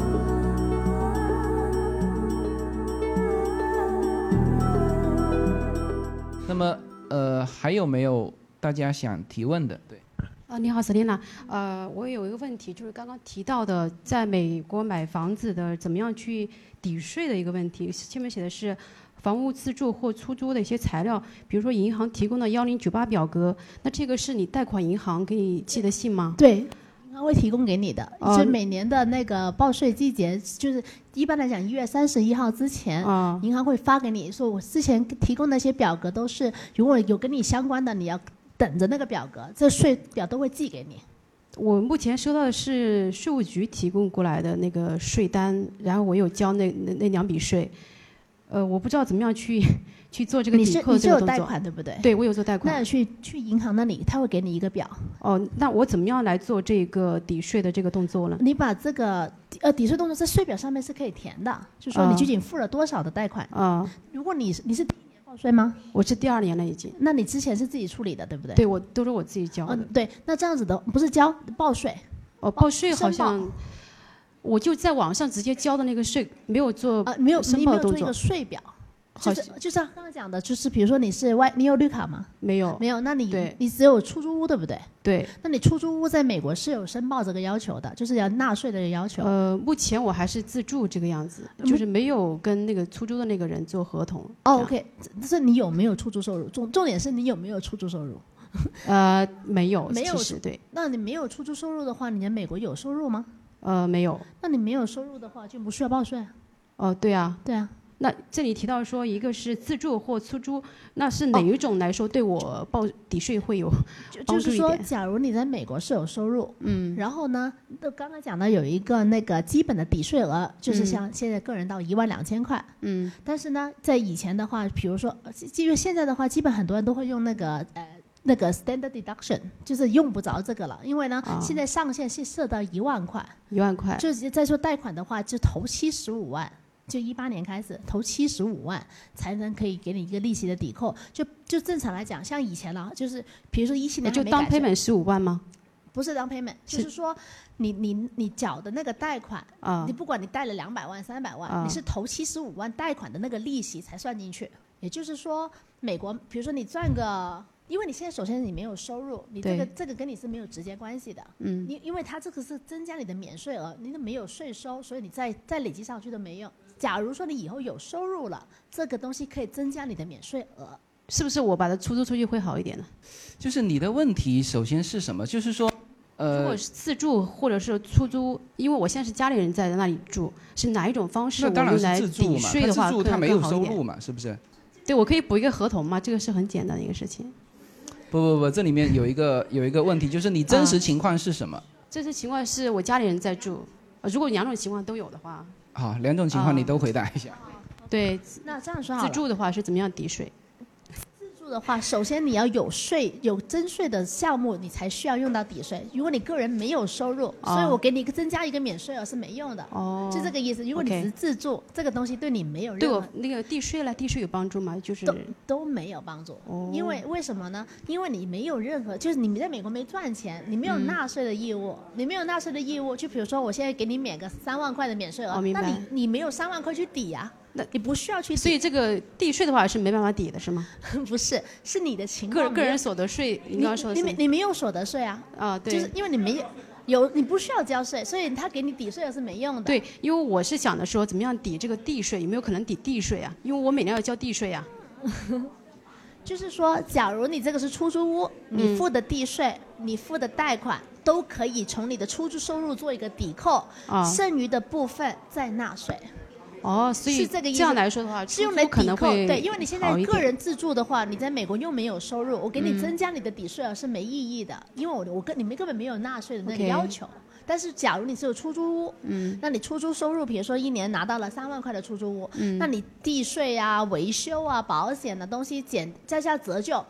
那么呃，还有没有大家想提问的？对。 啊，你好 ，Selina， 呃，我有一个问题，就是刚刚提到的，在美国买房子的怎么样去抵税的一个问题。下面写的是房屋自住或出租的一些材料，比如说银行提供的幺零九八表格，那这个是你贷款银行给你寄的信吗？ 对，银行会提供给你的， 哦、 就每年的那个报税季节，就是一般来讲一月三十一号之前， 哦、 银行会发给你，说我之前提供那些表格都是，如果有跟你相关的，你要等着那个表格，这税表都会寄给你。 我目前收到的是税务局提供过来的那个税单，然后我有交那那那两笔税，呃，我不知道怎么样去去做这个抵扣这个动作。 你是你是有贷款对不对？ 对，我有做贷款。 那去去银行那里，他会给你一个表。 哦，那我怎么样来做这个抵税的这个动作呢？ 你把这个呃抵税动作在税表上面是可以填的，就是说你究竟付了多少的贷款。 啊、呃， 如果你你是报税吗？ 我是第二年了已经。 那你之前是自己处理的，对不对？ 对，我都是我自己交的。 嗯，对，那这样子的不是交报税。 哦，报税好像，我就在网上直接交的那个税，没有做呃没有申报动作。 你没有做一个税表，就是就像刚刚讲的，就是比如说你是外，你有绿卡吗？ 没有。 没有，那你对你只有出租屋对不对？ 对。 那你出租屋在美国是有申报这个要求的，就是要纳税的要求。 呃，目前我还是自住这个样子，就是没有跟那个出租的那个人做合同。 哦 ，OK， 这是你有没有出租收入？重重点是你有没有出租收入？ 呃，没有， 没有， 其实对。 那你没有出租收入的话，你在美国有收入吗？ 呃，没有。 那你没有收入的话，就不需要报税。 哦，对啊。 对啊。 那这里提到说，一个是自住或出租，那是哪一种来说对我报抵税会有帮助一点？ 就是说，假如你在美国是有收入， 嗯， 然后呢，都刚刚讲到有一个那个基本的抵税额，就是像现在个人到一万两千块， 嗯， 但是呢，在以前的话，比如说，因为现在的话，基本很多人都会用那个呃。那个 standard deduction 就是用不着这个了，因为呢， 哦、 现在上限是设到一万块， 一万块。 就是再说贷款的话，就投七十五万，就一八年开始投七十五万才能可以给你一个利息的抵扣。就就正常来讲，像以前了，就是比如说一七年就当 payment 十五万吗？ 不是当 payment， 就是说你你你缴的那个贷款， 啊、 你不管你贷了两百万、三百万， 啊、 你是投七十五万贷款的那个利息才算进去。也就是说，美国比如说你赚个。因为你现在首先你没有收入，你这个这个跟你是没有直接关系的。 嗯。 因因为它这个是增加你的免税额，你都没有税收，所以你再再累积上去都没用。假如说你以后有收入了，这个东西可以增加你的免税额。 是不是我把它出租出去会好一点呢？ 就是你的问题首先是什么？就是说，呃， 如果是自住或者是出租，因为我现在是家里人在那里住，是哪一种方式我们来抵税的话， 他自住他没有收入嘛，是不是？ 对，我可以补一个合同嘛，这个是很简单的一个事情。 不不不，这里面有一个有一个问题，就是你真实情况是什么？ 真实情况是我家里人在住，如果两种情况都有的话。 好，两种情况你都回答一下。 对， 那这样说好了， 自住的话是怎么样抵税？ 自住的话，首先你要有税有征税的项目，你才需要用到抵税。如果你个人没有收入， 哦、 所以我给你一个增加一个免税额是没用的。 哦， 就这个意思。如果你只是自住， okay. 这个东西对你没有任何对我那个抵税了，抵税有帮助吗？就是都都没有帮助。 哦、 因为为什么呢？因为你没有任何，就是你在美国没赚钱，你没有纳税的义务，嗯、你没有纳税的义务。就比如说，我现在给你免个三万块的免税额， 哦、明白那你你没有三万块去抵呀、啊。那你不需要去抵， 所以这个地税的话是没办法抵的，是吗？ 不是，是你的情况。 个人个人所得税，你刚刚说的是你你没有所得税啊？ 啊，对， 就是因为你没有有，你不需要交税，所以他给你抵税额是没用的。 对，因为我是想的说，怎么样抵这个地税？有没有可能抵地税啊？因为我每年要交地税啊。 就是说，假如你这个是出租屋，你付的地税、嗯、你付的贷款都可以从你的出租收入做一个抵扣， 啊、 剩余的部分再纳税。 哦，所以是这个意思。 这样来说的话， 是用来抵扣，对，因为你现在个人自住的话，你在美国又没有收入，我给你增加你的抵税额是没意义的，嗯、因为我我跟你们根本没有纳税的那个要求。Okay. 但是假如你是有出租屋， 嗯， 那你出租收入，比如说一年拿到了三万块的出租屋， 嗯， 那你地税啊、维修啊、保险的东西减加下折旧，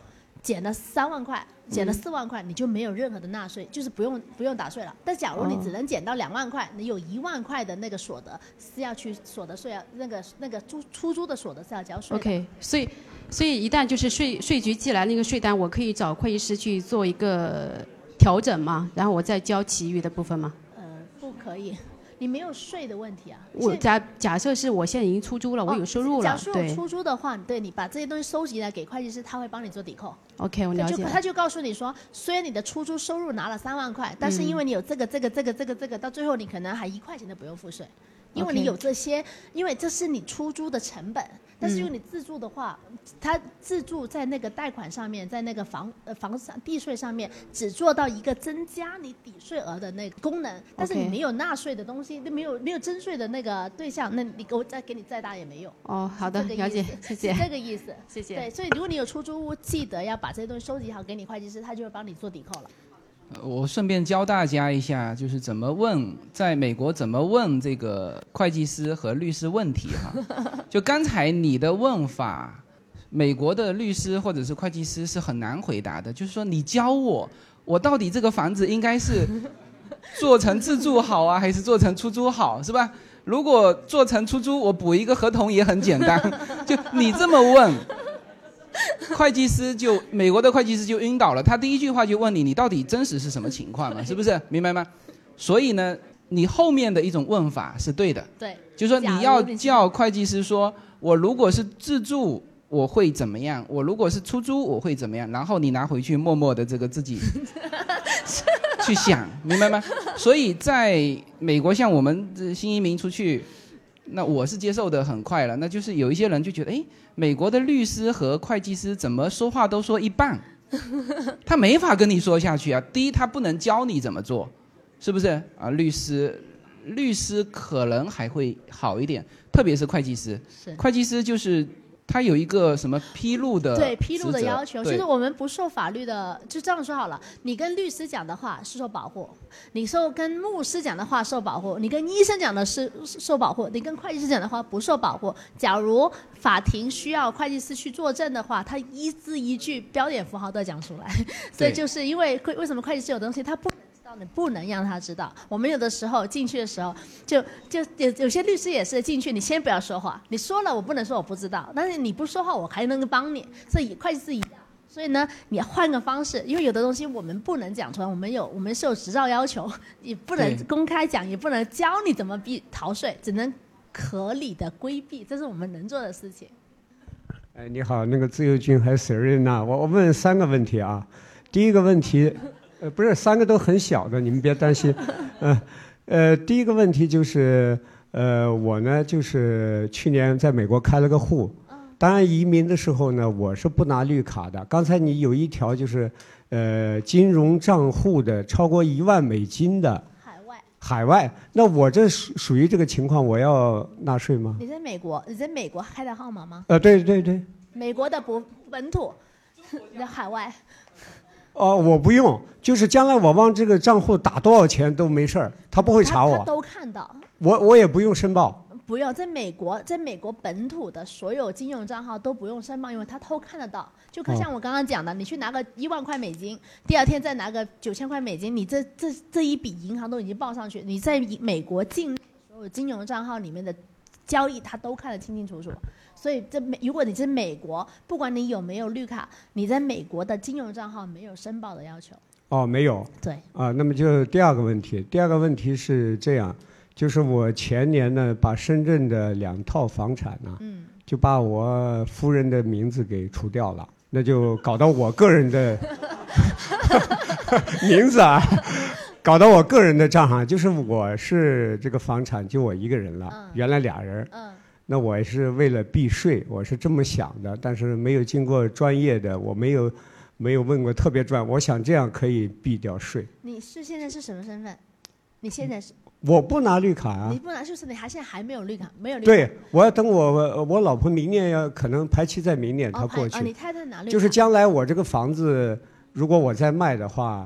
减了三万块，减了四万块，你就没有任何的纳税，就是不用不用打税了。但假如你只能减到两万块，你有一万块的那个所得是要去所得税啊，那个那个出出租的所得是要交税的。 OK， 所以所以一旦就是税税局寄来那个税单，我可以找会计师去做一个调整嘛，然后我再交其余的部分吗？ 呃，不可以。你没有税的问题啊。 我假假设是我现在已经出租了，哦、我有收入了。 假设有出租的话，对你把这些东西收集来给会计师，他会帮你做抵扣。 OK， 我了解了。 他就他就告诉你说，虽然你的出租收入拿了三万块，但是因为你有这个这个这个这个这个，到最后你可能还一块钱都不用付税。因为你有这些， okay. 因为这是你出租的成本，但是因为你自住的话，嗯、它自住在那个贷款上面，在那个房呃房上地税上面，只做到一个增加你抵税额的那个功能，但是你没有纳税的东西，没有没有征税的那个对象，那你给我再给你再大也没用。 哦，好的，了解，谢谢。 这个意思， 谢谢。 对，所以如果你有出租屋，记得要把这些东西收集好，给你会计师，他就会帮你做抵扣了。 我顺便教大家一下，就是怎么问，在美国怎么问这个会计师和律师问题哈。就刚才你的问法，美国的律师或者是会计师是很难回答的。就是说，你教我，我到底这个房子应该是做成自住好啊，还是做成出租好，是吧？如果做成出租，我补一个合同也很简单。就你这么问。会计师就美国的会计师就晕倒了，他第一句话就问你，你到底真实是什么情况嘛？是不是？明白吗？所以呢，你后面的一种问法是对的， 对， 就是说你要叫会计师说，我如果是自住我会怎么样，我如果是出租我会怎么样，然后你拿回去默默的这个自己去想，明白吗？所以在美国，像我们新移民出去，那我是接受的很快了，那就是有一些人就觉得，哎，美国的律师和会计师怎么说话都说一半，他没法跟你说下去啊。第一，他不能教你怎么做，是不是啊？律师，律师可能还会好一点，特别是会计师。会计师就是他有一个什么披露的对披露的要求，就是我们不受法律的，就这样说好了。你跟律师讲的话是受保护，你受跟牧师讲的话受保护，你跟医生讲的是受保护，你跟会计师讲的话不受保护。假如法庭需要会计师去作证的话，他一字一句标点符号都讲出来。所以就是因为为什么会计师有东西他不能知道，你不能让他知道。我们有的时候进去的时候，就就有有些律师也是进去，你先不要说话，你说了我不能说我不知道，但是你不说话我还能帮你。所以会计师一样。所以呢，你换个方式，因为有的东西我们不能讲出来，我们有我们是有执照要求，也不能公开讲，也不能教你怎么避逃税，只能合理的规避，这是我们能做的事情。 哎，你好，那个自由军还是 Serena， 我我问三个问题啊。第一个问题，呃，不是三个都很小的，你们别担心。呃呃，第一个问题就是，呃，我呢就是去年在美国开了个户。当然，移民的时候呢，我是不拿绿卡的。刚才你有一条就是，呃，金融账户的超过一万美金的海外， 海外，那我这属属于这个情况，我要纳税吗？ 你在美国，你在美国开的号码吗？ 呃，对对对。 美国的不本土，的海外。 哦，我不用，就是将来我往这个账户打多少钱都没事儿，他不会查我。 他, 他都看到。 我我也不用申报。 不用，在美国，在美国本土的所有金融账号都不用申报，因为他偷看得到。就像我刚刚讲的，哦、你去拿个一万块美金，第二天再拿个九千块美金，你这这这一笔银行都已经报上去，你在美国境内所有金融账号里面的交易，他都看得清清楚楚。所以这如果你是美国，不管你有没有绿卡，你在美国的金融账号没有申报的要求。 哦，没有。 对。 啊，那么就第二个问题，第二个问题是这样。就是我前年呢，把深圳的两套房产呢，嗯，就把我夫人的名字给除掉了，那就搞到我个人的名字啊，搞到我个人的账上，就是我是这个房产就我一个人了，嗯、原来俩人，嗯，那我是为了避税，我是这么想的，但是没有经过专业的，我没有没有问过特别专，我想这样可以避掉税。 你是现在是什么身份？你现在是？ 我不拿绿卡啊！ 你不拿，就是你还现在还没有绿卡，没有绿卡。 对，我要等我我老婆明年要可能排期在明年，她过去。 哦，你太太拿绿卡。 就是将来我这个房子，如果我再卖的话，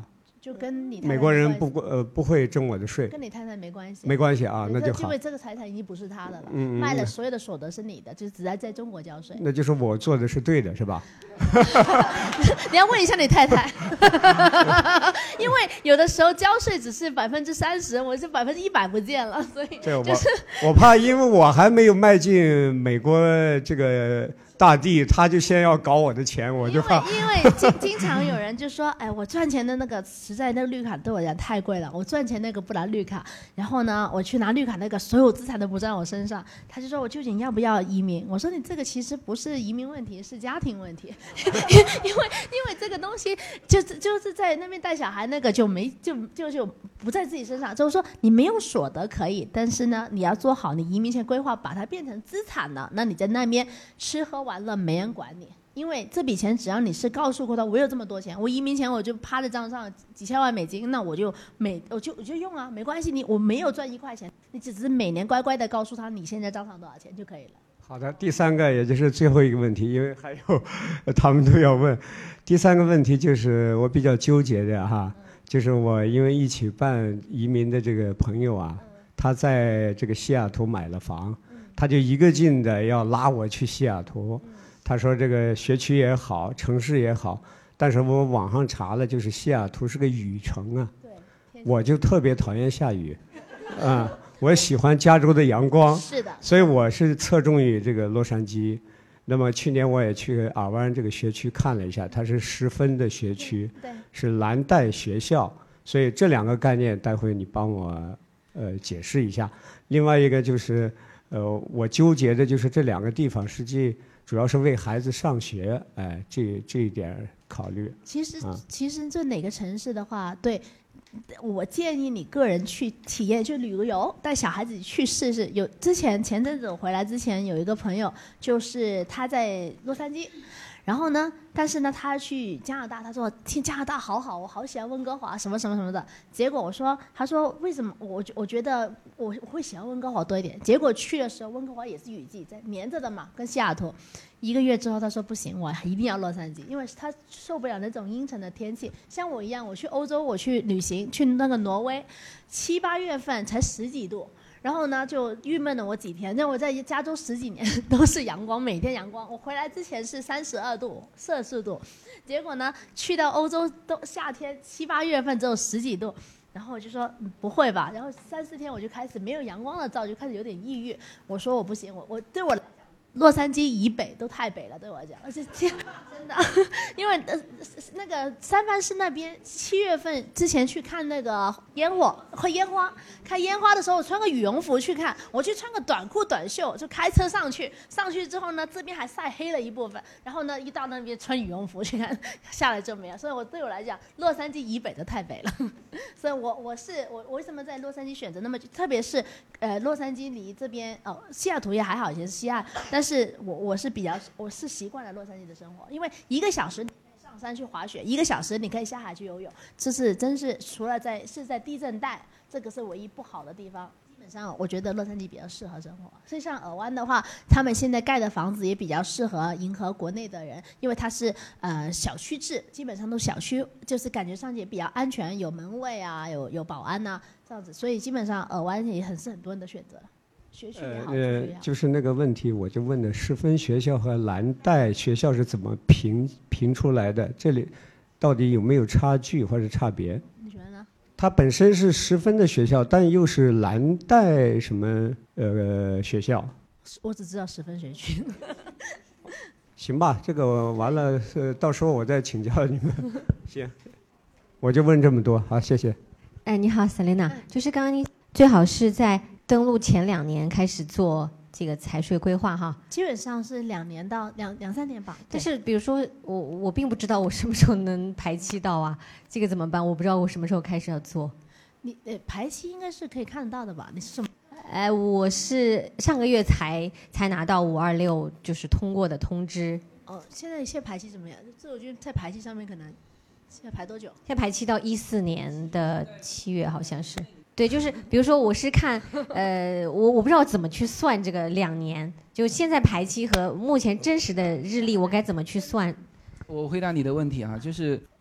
就跟你太太美国人不呃不会征我的税， 跟你太太没关系， 没关系啊，那就好。 因为这个财产已经不是他的了， 嗯嗯、 卖了所有的所得是你的，就只在在中国交税。 那就是我做的是对的，是吧？ 你要问一下你太太，因为有的时候交税只是百分之三十，我是百分之一百不见了，所以就是、 我, 我怕，因为我还没有迈进美国这个大地，他就先要搞我的钱，我就怕。 因为因为经经常有人就说，哎，我赚钱的那个实在那个绿卡对我讲太贵了，我赚钱那个不拿绿卡，然后呢，我去拿绿卡那个所有资产都不在我身上，他就说我究竟要不要移民？我说你这个其实不是移民问题，是家庭问题，因为因为这个东西就是就是在那边带小孩那个就没就就就不在自己身上，就是说你没有所得可以，但是呢，你要做好你移民前规划，把它变成资产了，那你在那边吃喝完了没人管你，因为这笔钱只要你是告诉过他我有这么多钱，我移民前我就趴在账上几千万美金，那我就每我就我就用啊，没关系，你我没有赚一块钱，你只是每年乖乖的告诉他你现在账上多少钱就可以了。 好的，第三个也就是最后一个问题，因为还有他们都要问。第三个问题就是我比较纠结的哈，嗯、就是我因为一起办移民的这个朋友啊，嗯、他在这个西雅图买了房，嗯、他就一个劲的要拉我去西雅图。嗯、他说这个学区也好，城市也好，但是我网上查了，就是西雅图是个雨城啊，对，我就特别讨厌下雨，啊、嗯。我喜欢加州的阳光， 是的， 所以我是侧重于这个洛杉矶。那么去年我也去尔湾这个学区看了一下，它是十分的学区， 对， 是蓝带学校，所以这两个概念待会你帮我呃解释一下。另外一个就是呃我纠结的就是这两个地方实际主要是为孩子上学，哎，这这一点考虑。 其实、 啊、 其实这哪个城市的话，对。我建议你个人去体验，就旅个游，带小孩子去试试。有之前前阵子我回来之前，有一个朋友，就是他在洛杉矶，然后呢，但是呢，他去加拿大，他说听加拿大好好，我好喜欢温哥华，什么什么什么的。结果我说，他说为什么我我觉得我我会喜欢温哥华多一点。结果去的时候，温哥华也是雨季，在连着的嘛，跟西雅图。一个月之后，他说不行，我一定要洛杉矶，因为他受不了那种阴沉的天气。像我一样，我去欧洲，我去旅行，去那个挪威，七八月份才十几度，然后呢就郁闷了我几天。那我在加州十几年都是阳光，每天阳光。我回来之前是三十二度摄氏度，结果呢去到欧洲都夏天七八月份只有十几度。然后我就说、嗯、不会吧，然后三四天我就开始没有阳光的照，就开始有点抑郁。我说我不行，我我对我来讲洛杉矶以北都太北了，对我讲，而且真的，因为呃那个三藩市那边七月份之前去看那个烟火和烟花，看烟花的时候我穿个羽绒服去看，我去穿个短裤短袖就开车上去，上去之后呢这边还晒黑了一部分，然后呢一到那边穿羽绒服去看，下来就没了。所以我对我来讲，洛杉矶以北都太北了，所以我我是我我为什么在洛杉矶选择那么，特别是呃洛杉矶离这边哦西雅图也还好，也是西岸，但是。是我我是比较我是习惯了洛杉矶的生活，因为一个小时你可以上山去滑雪，一个小时你可以下海去游泳，这是真是除了在是在地震带，这个是唯一不好的地方。基本上我觉得洛杉矶比较适合生活。所以像尔湾的话，他们现在盖的房子也比较适合迎合国内的人，因为它是呃小区制，基本上都小区，就是感觉上也比较安全，有门卫啊，有有保安啊这样子，所以基本上尔湾也很是很多人的选择。学区也好， 呃，就是那个问题，我就问的十分学校和蓝带学校是怎么评评出来的？这里到底有没有差距或者差别？ 你觉得呢？ 它本身是十分的学校，但又是蓝带什么呃学校？ 我只知道十分学区。 行吧，这个完了，呃，到时候我再请教你们。行，我就问这么多，好，谢谢。 哎，你好 ，Selina，就是刚刚你最好是在登陆前两年开始做这个财税规划哈， 基本上是两年到两两三年吧。 但是比如说我我并不知道我什么时候能排期到啊，这个怎么办？我不知道我什么时候开始要做。 你呃排期应该是可以看得到的吧？你是什么？ 哎，我是上个月才才拿到五二六就是通过的通知。 哦，现在现在排期怎么样？自由军在排期上面可能现在排多久？ 现在排期到一四年的七月好像是。对，就是比如说我是看，呃，我我不知道怎么去算这个两年，就现在排期和目前真实的日历，我该怎么去算？ 我回答你的问题啊，就是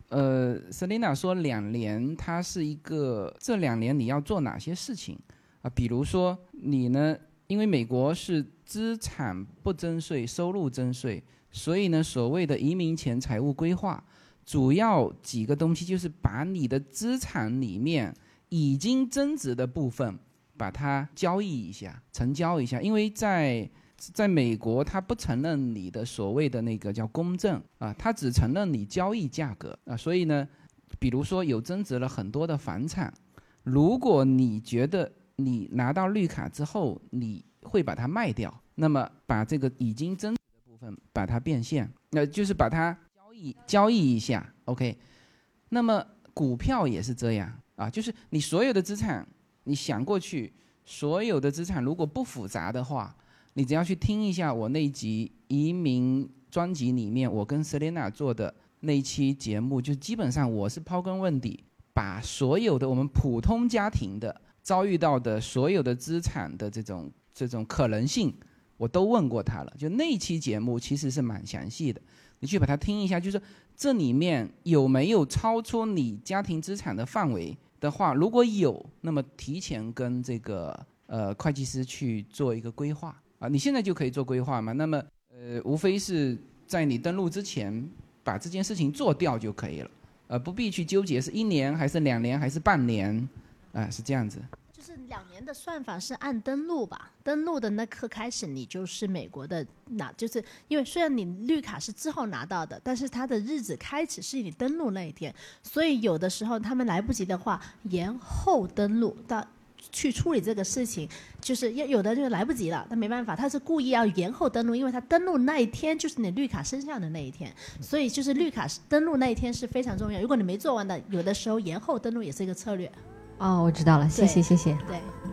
呃 Selina 说两年，它是一个这两年你要做哪些事情啊？比如说你呢，因为美国是资产不征税，收入征税，所以呢，所谓的移民前财务规划，主要几个东西就是把你的资产里面已经增值的部分，把它交易一下，成交一下，因为在在美国，它不承认你的所谓的那个叫公证啊，它只承认你交易价格啊，所以呢，比如说有增值了很多的房产，如果你觉得你拿到绿卡之后，你会把它卖掉，那么把这个已经增值的部分把它变现，那、呃、就是把它交易交易一下 ，OK。那么股票也是这样啊，就是你所有的资产，你想过去，所有的资产如果不复杂的话。你只要去听一下我那一集移民专辑里面我跟 Selina 做的那一期节目，就基本上我是刨根问底，把所有的我们普通家庭的遭遇到的所有的资产的这种这种可能性我都问过他了，就那一期节目其实是蛮详细的，你去把它听一下，就是这里面有没有超出你家庭资产的范围的话，如果有，那么提前跟这个呃会计师去做一个规划啊，你现在就可以做规划嘛？那么，呃，无非是在你登录之前把这件事情做掉就可以了，呃，不必去纠结是一年还是两年还是半年，啊、呃，是这样子。 就是两年的算法是按登录吧，登录的那刻开始你就是美国的，那就是因为虽然你绿卡是之后拿到的，但是它的日子开始是你登录那一天，所以有的时候他们来不及的话，延后登录到。去处理这个事情，就是有的就来不及了，他没办法，他是故意要延后登录，因为他登录那一天就是你绿卡生效的那一天，所以就是绿卡登录那一天是非常重要。如果你没做完的，有的时候延后登录也是一个策略。 哦，我知道了，谢谢谢谢。 对。